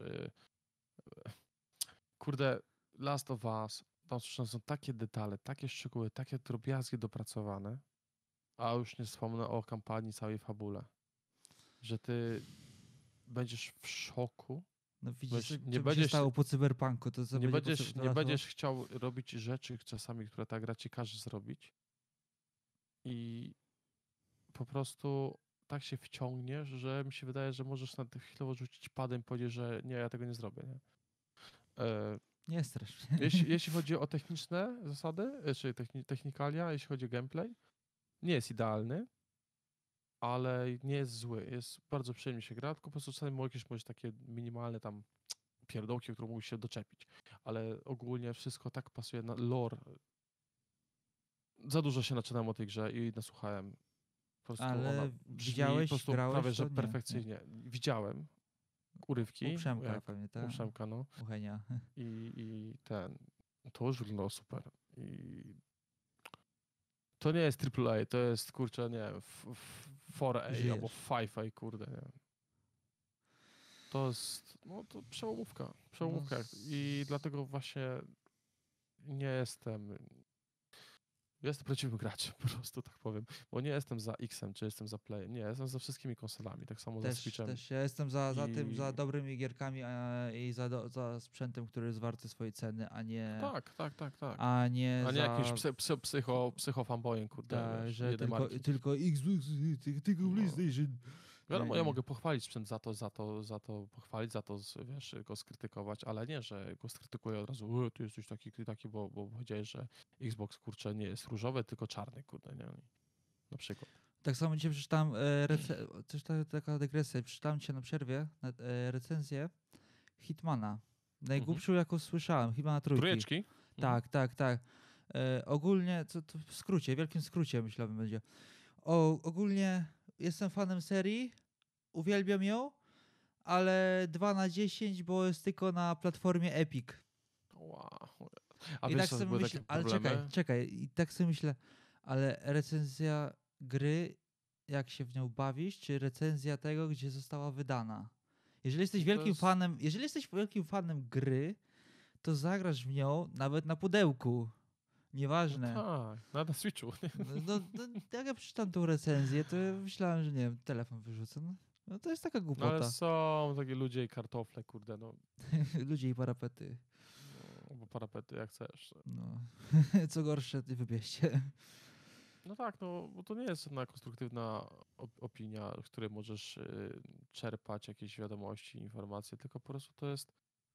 kurde, Last of Us, tam są takie detale, takie szczegóły, takie drobiazgi dopracowane, a już nie wspomnę o kampanii, całej fabule, że ty będziesz w szoku, No widzisz, co, nie co by się będziesz, stało po cyberpunku, to co nie będzie po będziesz, The nie Last of będziesz Us? chciał robić rzeczy czasami, które ta gra ci każe zrobić i po prostu tak się wciągniesz, że mi się wydaje, że możesz na tę chwilowo rzucić padem i powiedzieć, że nie, ja tego nie zrobię, nie? Nie strasz mnie. Jeśli chodzi o techniczne zasady, czy technikalia, jeśli chodzi o gameplay, nie jest idealny, ale nie jest zły. Jest bardzo przyjemnie się gra, tylko po prostu czasami jakieś może takie minimalne tam pierdołki, które mógł się doczepić. Ale ogólnie wszystko tak pasuje na lore. Za dużo się naczytałem o tej grze i nasłuchałem. Po prostu ona Ale brzmi po widziałeś, prostu prawie, grałeś, że to nie. perfekcyjnie. Widziałem urywki, U Przemka jak pewnie, u tak? Przemka, no. U Henia. I to już wyglądało super. I to nie jest AAA, to jest, kurczę, nie wiem, 4A albo Żyjesz. 5A, kurde, nie wiem. To jest, no to przełomówka, No, przełomówka. I dlatego właśnie nie jestem prawdziwym graczem, po prostu tak powiem, bo nie jestem za X-em, czy jestem za Playem, nie, jestem za wszystkimi konsolami, tak samo za Switchem. też ja jestem za tym, za I dobrymi gierkami i za sprzętem, który jest warty swojej ceny, tak, tak, tak, tak. a nie A nie jakimś za psychofanboyem, kurde, tak, wiesz, że jednej marki. tylko Xbox, tylko No. PlayStation. Wiadomo, ja Nie. mogę pochwalić sprzęt za to pochwalić, za to, wiesz, go skrytykować, ale nie, że go skrytykuję od razu, ty jesteś taki, bo powiedziałeś, że Xbox, kurczę, nie jest różowy, tylko czarny, kurde, nie? Na przykład. Tak samo dzisiaj przeczytałem też taka dygresja. Przeczytałem dzisiaj na przerwie recenzję Hitmana. Najgłupszą jaką słyszałem, Hitmana trójki. Trójeczki? Tak, tak, tak. Ogólnie, to w skrócie, wielkim skrócie myślałem będzie. Ogólnie jestem fanem serii, uwielbiam ją, ale 2 na 10, bo jest tylko na platformie Epic. Wow. A I wiesz, tak co sobie były myślę, takie ale problemy? czekaj, i tak sobie myślę, ale recenzja gry, jak się w nią bawisz, czy recenzja tego, gdzie została wydana? Jeżeli jesteś No to wielkim jest... fanem, jeżeli jesteś wielkim fanem gry, to zagrasz w nią nawet na pudełku. No Nieważne. tak, na Switchu. Jak ja przeczytam tą recenzję, to ja myślałem, że nie wiem, telefon wyrzucę. No to jest taka No ale głupota. są takie ludzie i kartofle, kurde, no. Ludzie i parapety. No, bo parapety, jak chcesz. No. Co gorsze, ty wybierzcie. No tak, no bo to nie jest żadna konstruktywna opinia, w której możesz czerpać jakieś wiadomości, informacje, tylko po prostu to jest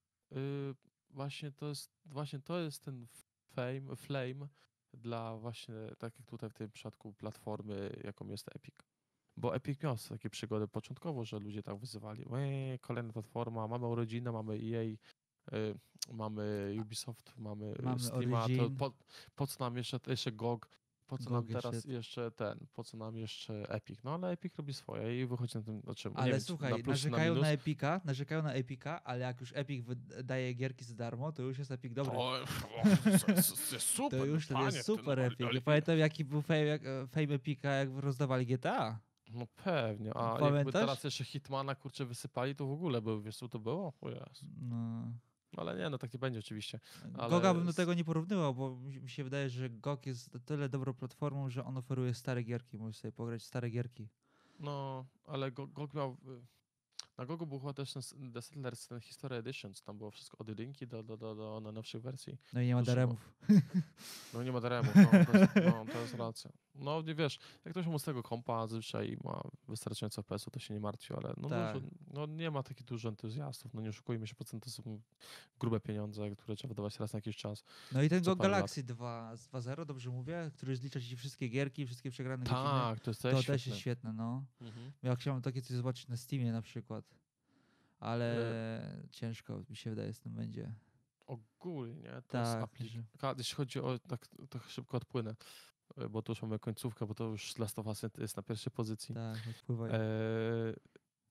właśnie to jest ten flame dla właśnie, tak jak tutaj w tym przypadku platformy, jaką jest Epic. Bo Epic miał takie przygody początkowo, że ludzie tak wyzywali, kolejna platforma, mamy urodzinę, mamy EA, mamy Ubisoft, mamy Mamy Steama, to Origin. po co nam jeszcze GOG, po co GOG nam teraz jeszcze. po co nam jeszcze Epic? No ale Epic robi swoje i wychodzi na tym, znaczy, nie Ale wiem, czy na słuchaj, plus czy na narzekają na Epika, ale jak już Epic daje gierki za darmo, to już jest Epic dobry. To jest super, To już no, to jest panie, super ale, Epic. Ja pamiętam jaki był fame Epica, jak rozdawali GTA. no pewnie, a jakby Pamiętasz? teraz jeszcze Hitmana, kurczę, wysypali, to w ogóle był, wiesz co to było? O Jezu. No. Ale nie, no tak nie będzie oczywiście. GOGa Ale bym do tego nie porównywał, bo mi się wydaje, że GOG jest o tyle dobrą platformą, że on oferuje stare gierki. Możesz sobie pograć w stare gierki. no, ale GOG miał... Na GOGu był chyba też ten The Settlers, ten History Editions, tam było wszystko od jedynki do najnowszych wersji. No i nie ma Dużo. daremów. No nie ma daremów, to jest racja. No nie wiesz, jak ktoś ma mocnego kompa zazwyczaj i ma wystarczająco FPS-u, to się nie martwi, ale no, Tak. no nie ma takich dużo entuzjastów, no nie oszukujmy się, to są grube pieniądze, które trzeba wydawać raz na jakiś czas. No i ten Co GOG parę Galaxy 2.0, dobrze mówię? Który zlicza ci wszystkie gierki, wszystkie przegrane godziny. Tak, to jest To też też świetne. jest świetne, no. Mhm. Ja chciałem takie coś zobaczyć na Steamie na przykład. Ale ciężko mi się wydaje z tym będzie. Ogólnie to jest Tak, aplikacja, jeśli chodzi o, tak szybko odpłynę, bo tu już mamy końcówkę, bo to już Last of Us jest na pierwszej pozycji. tak, odpływaj.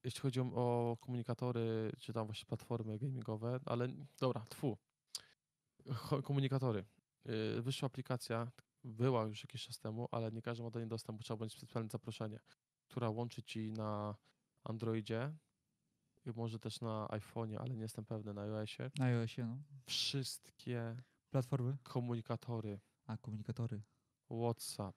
jeśli chodzi o komunikatory, czy tam właśnie platformy gamingowe, ale dobra, komunikatory. Wyszła aplikacja, była już jakiś czas temu, ale nie każdy ma do niej dostęp, bo trzeba będzie specjalne zaproszenie, która łączy ci na Androidzie i może też na iPhone'ie, ale nie jestem pewny, na iOSie, Na iOSie, no. wszystkie Platformy? komunikatory, A, komunikatory. WhatsApp,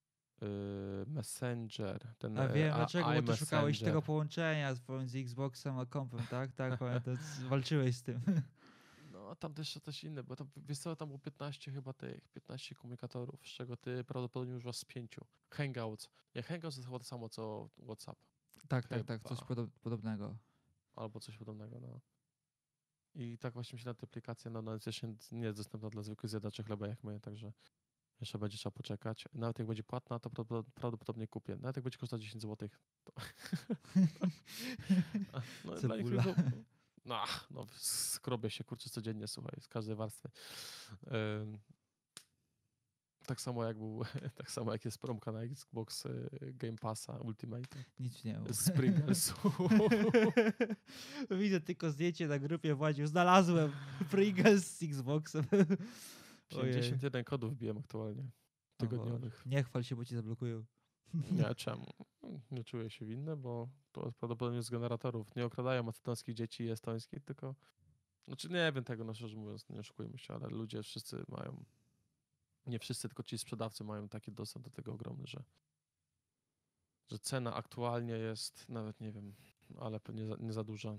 Messenger, ten A wiem dlaczego, bo ty szukałeś iMessenger. tego połączenia pomiędzy Xboxem a kompem, tak? Tak, pamiętam, walczyłeś z tym. No, tam też coś inne, bo tam, wiesz co, tam było 15 chyba 15 komunikatorów, z czego ty prawdopodobnie używasz z 5. Hangouts. Nie, Hangouts jest chyba to samo co WhatsApp, Tak, Chyba. coś podobnego. albo coś podobnego, no. I tak właśnie myślę, na tę aplikację, no, jeszcze nie jest dostępna dla zwykłych zjadaczy chleba jak my, także jeszcze będzie trzeba poczekać. Nawet jak będzie płatna, to prawdopodobnie kupię. Nawet jak będzie kosztować 10 zł, to... No, dla Cebula. niektórych, no, skrobię się, kurczę, codziennie, słuchaj, z każdej warstwy. Tak samo jak tak samo jak jest promka na Xbox Game Passa Ultimate Nic nie mów. z Pringlesu. Widzę tylko zdjęcie na grupie Władziu. Znalazłem Pringles z Xboxem. Ojej. 51 kodów biłem aktualnie, tygodniowych. Nie chwal się, bo ci zablokują. Nie, czemu? Nie czuję się winny, bo to prawdopodobnie z generatorów. Nie okradają macedonskich dzieci i estońskich, tylko... Znaczy nie wiem tego, no szczerze mówiąc, nie oszukujmy się, ale ludzie wszyscy mają... Nie wszyscy, tylko ci sprzedawcy mają taki dostęp do tego ogromny, że cena aktualnie jest, nawet nie wiem, ale pewnie nie za duża.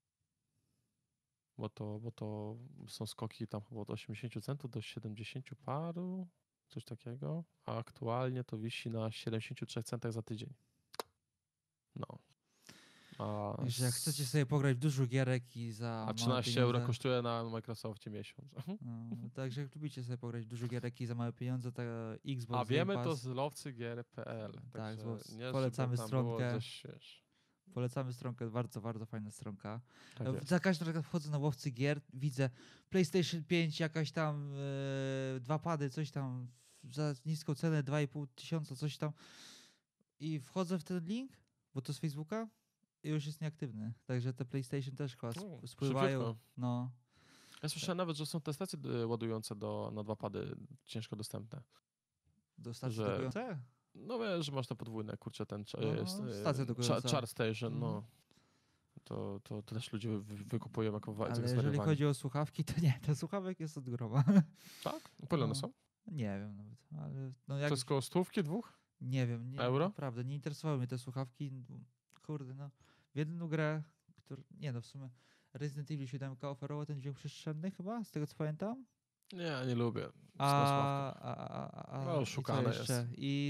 Bo to są skoki tam chyba od 80 centów do 70 paru, coś takiego, a aktualnie to wisi na 73 centach za tydzień. No. Że jak chcecie sobie pograć w dużo gierek i za A małe 13 euro pieniądze, kosztuje na Microsoftie miesiąc. no, także jak lubicie sobie pograć w dużo gierek i za małe pieniądze, to Xbox A wiemy Game to Pass, z lovcygier.pl. Tak, Także bo nie, polecamy żeby tam było stronkę. coś, wiesz, Polecamy stronkę, bardzo, bardzo fajna stronka. tak jest. Za każdym razem wchodzę na łowcy gier, widzę PlayStation 5, jakaś tam 2 pady, coś tam za niską cenę, 2,5 tysiąca, coś tam. I wchodzę w ten link, bo to z Facebooka i już jest nieaktywny. Także te PlayStation też chyba spływają. Szybciutko. No. Ja słyszałem nawet, że są te stacje ładujące na 2 pady ciężko dostępne. Do stacji Że- dokujące? No wiesz, że masz te podwójne, kurczę, ten stacja dokująca. Char Station, Mhm. no. To też ludzie wykupują jako Ale jeżeli zwariowani. chodzi o słuchawki, to nie, te słuchawek jest od groba. Tak? Po ile one No. są? Nie wiem nawet, ale no To jak... jest koło 100, 2? Nie wiem, nie, Euro? naprawdę, nie interesowały mnie te słuchawki. Kurde, no. W jedną grę, nie no, w sumie Resident Evil 7 oferował ten dźwięk przestrzenny chyba, z tego co pamiętam. Nie lubię. No, I co oszukane jest. jeszcze? I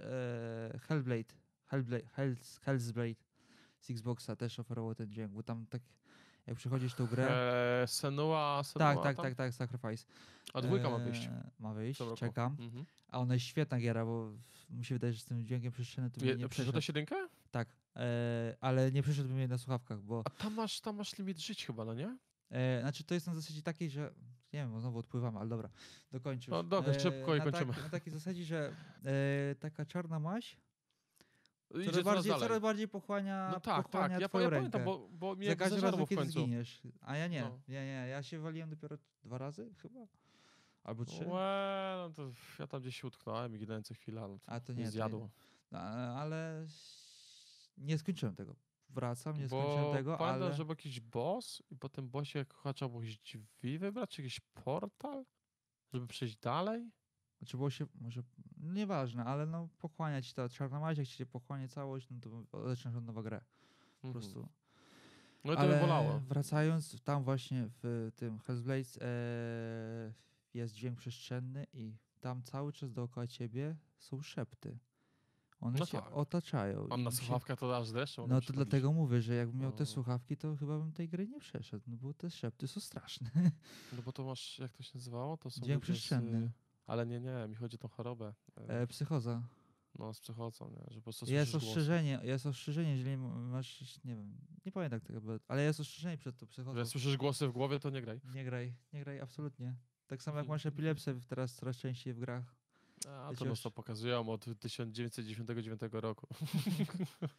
Hellblade z Xboxa też oferował ten dźwięk, bo tam tak, jak przychodzisz w tą grę... Senua Tak, tam? Sacrifice. A dwójka ma wyjść. Ma wyjść, w tym roku. czekam. Mhm. A ona jest świetna giera, bo mi się wydaje, że z tym dźwiękiem przestrzennym to by nie przeszedł. Przeszedłeś jedynkę? Tak, ale nie przeszedłbym jej na słuchawkach, bo A tam masz limit żyć chyba, no nie? znaczy to jest na zasadzie takiej, że nie wiem, bo znowu odpływamy, ale dobra, dokończę. No dobra, szybko i kończymy. Na takiej zasadzie, że taka czarna maź Idzie coraz dalej. coraz bardziej pochłania, No tak, pochłania ja twoją pamiętam, rękę. bo mnie Za każdym zażarło razem, w kiedy końcu. zginiesz. A ja nie, No. nie, ja się waliłem dopiero 2 razy chyba, albo 3. No to ja tam gdzieś się utknąłem i ginąłem co chwilę, no to A to mnie nie, zjadło. No, ale nie skończyłem tego. Wracam, nie Bo skończyłem tego, pamiętam, ale... że był jakiś boss i po tym bossie trzeba było jakieś drzwi wybrać, czy jakiś portal, żeby przejść dalej. Znaczy było się, może, nieważne, ale no pochłaniać ta czarna maź, jak cię pochłanie całość, no to zaczynasz od nowa grę. Po Mhm. prostu. No i to Ale by bolało. wracając, tam właśnie w tym Hellblade jest dźwięk przestrzenny i tam cały czas dookoła ciebie są szepty. One No cię tak. otaczają. On i na mi się- słuchawkach to aż deszczem mogą No to przychodzić. dlatego mówię, że jakbym miał te No. słuchawki, to chyba bym tej gry nie przeszedł, no bo te szepty są straszne. No bo to masz, jak to się nazywało? To są Dźwięk ludzie przestrzenny. Ale nie, mi chodzi o tą chorobę. Psychoza. No, z psychozą, nie? Że po prostu Jest słyszysz ostrzeżenie, jeżeli masz, nie wiem, nie pamiętam tego, ale jest ostrzeżenie przed tą głosy. psychozą. Że słyszysz głosy w głowie, to nie graj. Nie graj, absolutnie. Tak samo jak masz epilepsję teraz coraz częściej w grach. A Wiecie to już- nas to pokazują od 1999 roku.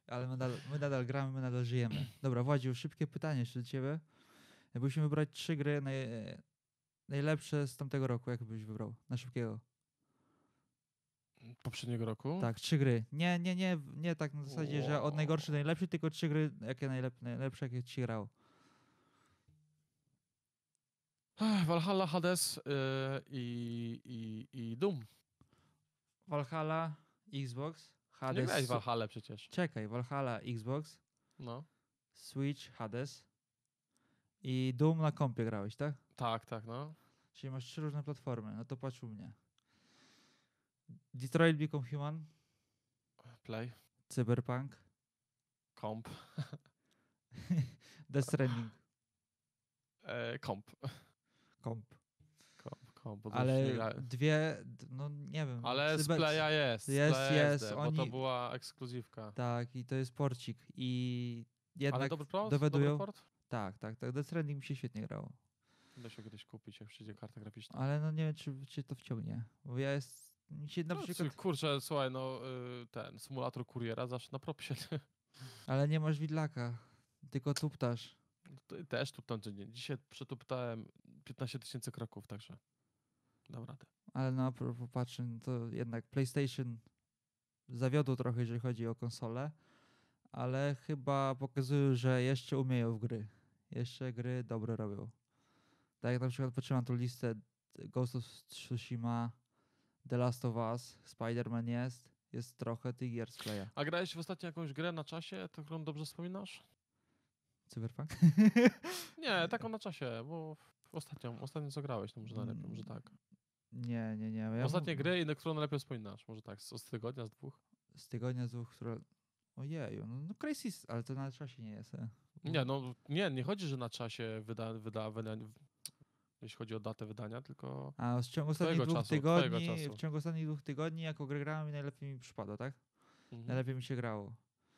Ale my nadal gramy, my nadal żyjemy. Dobra, Władziu, szybkie pytanie jeszcze do ciebie. Jakbyśmy wybrać 3 gry najlepsze z tamtego roku, jak byś wybrał? Na szybkiego. Poprzedniego roku? Tak, 3 gry. Nie tak na zasadzie, że od najgorszych do najlepszych, tylko 3 gry, jakie najlepsze, jakie ci grało. Valhalla, Hades i Doom. Valhalla, Xbox, Nie Hades. grałeś w Valhalla przecież. Czekaj, Valhalla, Xbox, No. Switch, Hades i Doom na kompie grałeś, tak? Tak, no. Czyli masz 3 różne platformy, no to patrz u mnie. Detroit Become Human, Play, Cyberpunk, komp, Death Stranding, komp. komp. Bo to Ale już nie gra- no nie wiem. Ale z Cyber- Playa jest. Jest, Bo to oni- była ekskluzywka. Tak, i to jest porcik. I jednak Ale dobry port? dowiadują. Dobry port? Tak. Death Stranding mi się świetnie grało. Da się kiedyś kupić, jak przyjdzie karta graficzna. Ale no nie wiem, czy to wciągnie. Bo ja mi się na przykład... Kurczę, słuchaj, no ten symulator kuriera zawsze na propsie. Ale nie masz widlaka, tylko tuptasz. Też tuptam codziennie. Dzisiaj przetuptałem 15 000 kroków, także dam radę. Ale no, popatrzę, no to jednak PlayStation zawiodło trochę, jeżeli chodzi o konsolę, ale chyba pokazują, że jeszcze umieją w gry. Jeszcze gry dobre robią. Tak jak na przykład patrzyłem na tą listę Ghost of Tsushima, The Last of Us, Spider-Man jest trochę tych gier z Playa. A grałeś w ostatnio jakąś grę na czasie, to którą dobrze wspominasz? Cyberpunk? Nie, taką na czasie, bo ostatnio co grałeś, to może najlepiej, może tak. Nie. Ostatnie gry, na którą najlepiej wspominasz, może tak, z tygodnia, z 2? Z tygodnia, z 2, które... Ojeju, no Crysis, ale to na czasie nie jest. Nie chodzi, że na czasie jeśli chodzi o datę wydania, tylko A w ciągu ostatnich 2 tygodni, w ciągu ostatnich 2 tygodni, jako grę grałem i najlepiej mi przypadło, tak? Najlepiej mi się grało.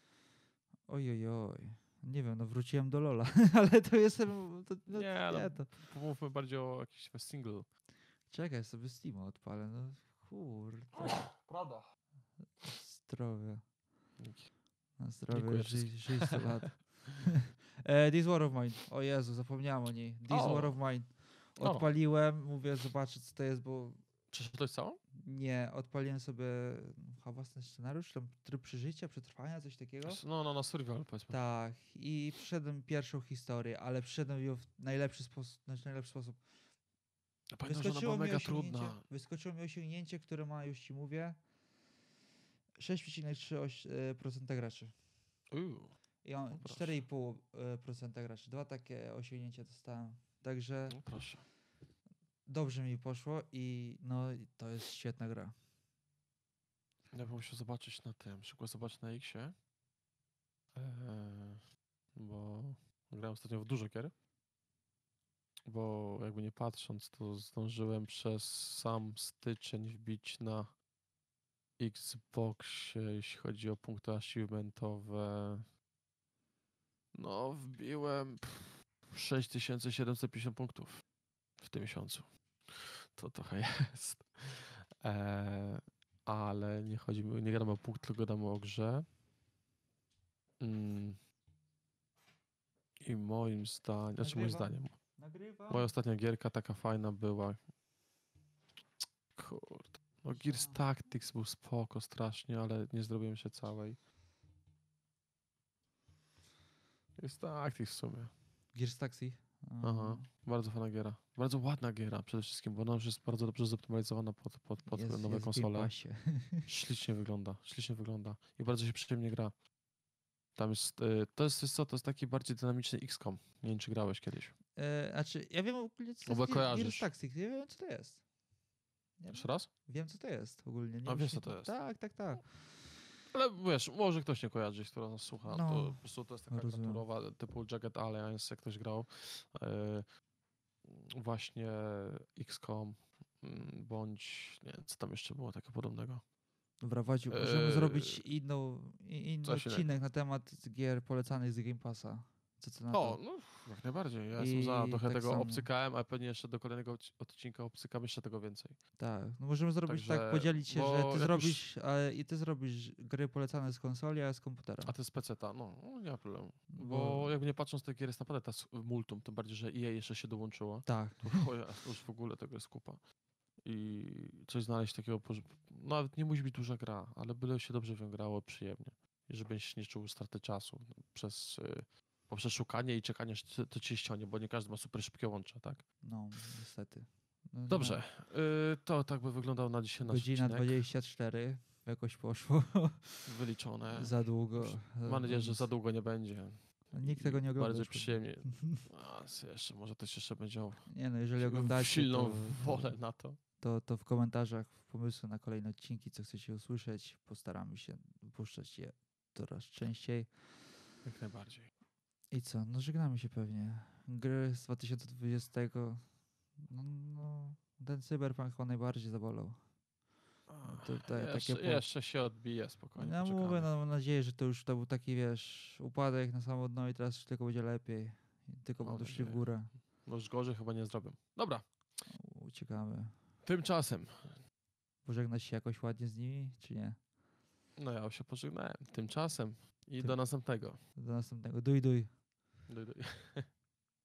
Ojojoj. Nie wiem, no wróciłem do LoL'a, ale to jestem... To. Pomówmy bardziej o jakiś single. Czekaj, sobie Steam odpalę, no kurde. Prawda. Zdrowie. Dzięki. Na zdrowie, Dziękuję żyj 100 lat. This War of Mine. O Jezu, zapomniałem o niej. This War of Mine. Odpaliłem, mówię, zobaczę co to jest, bo... Przeszedłeś całą? Nie, odpaliłem sobie chyba własny scenariusz, tam tryb przeżycia, przetrwania, coś takiego. No, survival powiedzmy. Tak, i przyszedłem pierwszą historię, ale przyszedłem ją w najlepszy sposób. Pamiętam, że ona była mega trudna. Wyskoczyło mi osiągnięcie, które ma, już ci mówię, 6,3% graczy. I on 4,5% graczy. 2 takie osiągnięcia dostałem. Także proszę. Dobrze mi poszło i no to jest świetna gra. Ja bym musiał zobaczyć na tym, szybko zobaczyć na Xie, bo grałem ostatnio w dużo gier, bo jakby nie patrząc, to zdążyłem przez sam styczeń wbić na Xboxie, jeśli chodzi o punkty achievementowe. No, wbiłem 6750 punktów w tym miesiącu. To trochę jest. Ale nie gadamy o punkt, tylko gadamy o grze. I moim zdaniem, moja ostatnia gierka taka fajna była. Kurde. No Gears Tactics był spoko strasznie, ale nie zrobiłem się całej. Gears Tactics w sumie. Gears Taxi? Aha, bardzo fajna giera. Bardzo ładna giera przede wszystkim, bo ona już jest bardzo dobrze zoptymalizowana pod nowe konsole. Ślicznie wygląda i bardzo się przyjemnie gra. Tam jest, to jest taki bardziej dynamiczny XCOM. Nie wiem, czy grałeś kiedyś. Znaczy, ja wiem ogólnie, co to jest Gears Tactics. Ja wiem, co to jest. Jeszcze raz? Wiem, co to jest ogólnie. Nie wiesz, co to jest? Tak. Ale wiesz, może ktoś nie kojarzy, która nas słucha. No, to po prostu to jest taka naturowa typu Jagged Alliance, jak ktoś grał. Właśnie XCOM, bądź nie wiem, co tam jeszcze było takiego podobnego. Dobra, Wadziu, możemy zrobić inny odcinek na temat gier polecanych z Game Passa. Co na to? O, no jak najbardziej. Ja jestem za I trochę tak tego samo. obcykałem, a pewnie jeszcze do kolejnego odcinka obcykam jeszcze tego więcej. Tak, no możemy zrobić tak, Także, podzielić się, że bo ty jak zrobisz, i ty zrobisz gry polecane z konsoli, a ja z komputera. A to jest peceta, no nie ma problemu. Bo Bo- jak nie patrząc, to gier jest naprawdę multum, tym bardziej, że EA jeszcze się dołączyło. Tak, To, o ja, to już w ogóle tego jest kupa. I coś znaleźć takiego, nawet nie musi być duża gra, ale byle się dobrze w nią grało, przyjemnie. I żebyś nie czuł straty czasu poprzez szukanie i czekanie, aż to ci ściągnie, bo nie każdy ma super szybkie łącze, tak? no niestety. No, Dobrze, to tak by wyglądał na dzisiaj nasz Godzina odcinek. 24, jakoś poszło. Wyliczone. Za długo. Mam nadzieję, że za długo nie będzie. Nikt tego nie ogląda. Bardzo już pewnie. przyjemnie. Jeszcze, może ktoś jeszcze będzie miał Nie no, jeżeli oglądacie, silną wolę na to. to w komentarzach pomysły na kolejne odcinki, co chcecie usłyszeć. Postaramy się wypuszczać je coraz częściej. Jak najbardziej. I co? No żegnamy się pewnie. Gry z 2020. No, ten Cyberpunk chyba najbardziej zabolał. Jeszcze się odbije spokojnie. Ja poczekamy. mówię, no, mam nadzieję, że to już to był taki, wiesz, upadek na samo dno i teraz tylko będzie lepiej. I tylko Mam będą szli w nadzieję. górę. No już gorzej chyba nie zrobię. Dobra, Uciekamy. tymczasem. Pożegnać się jakoś ładnie z nimi, czy nie? No ja już się pożegnałem. Tymczasem i do następnego. Do następnego. Duj, duj. Duj, duj.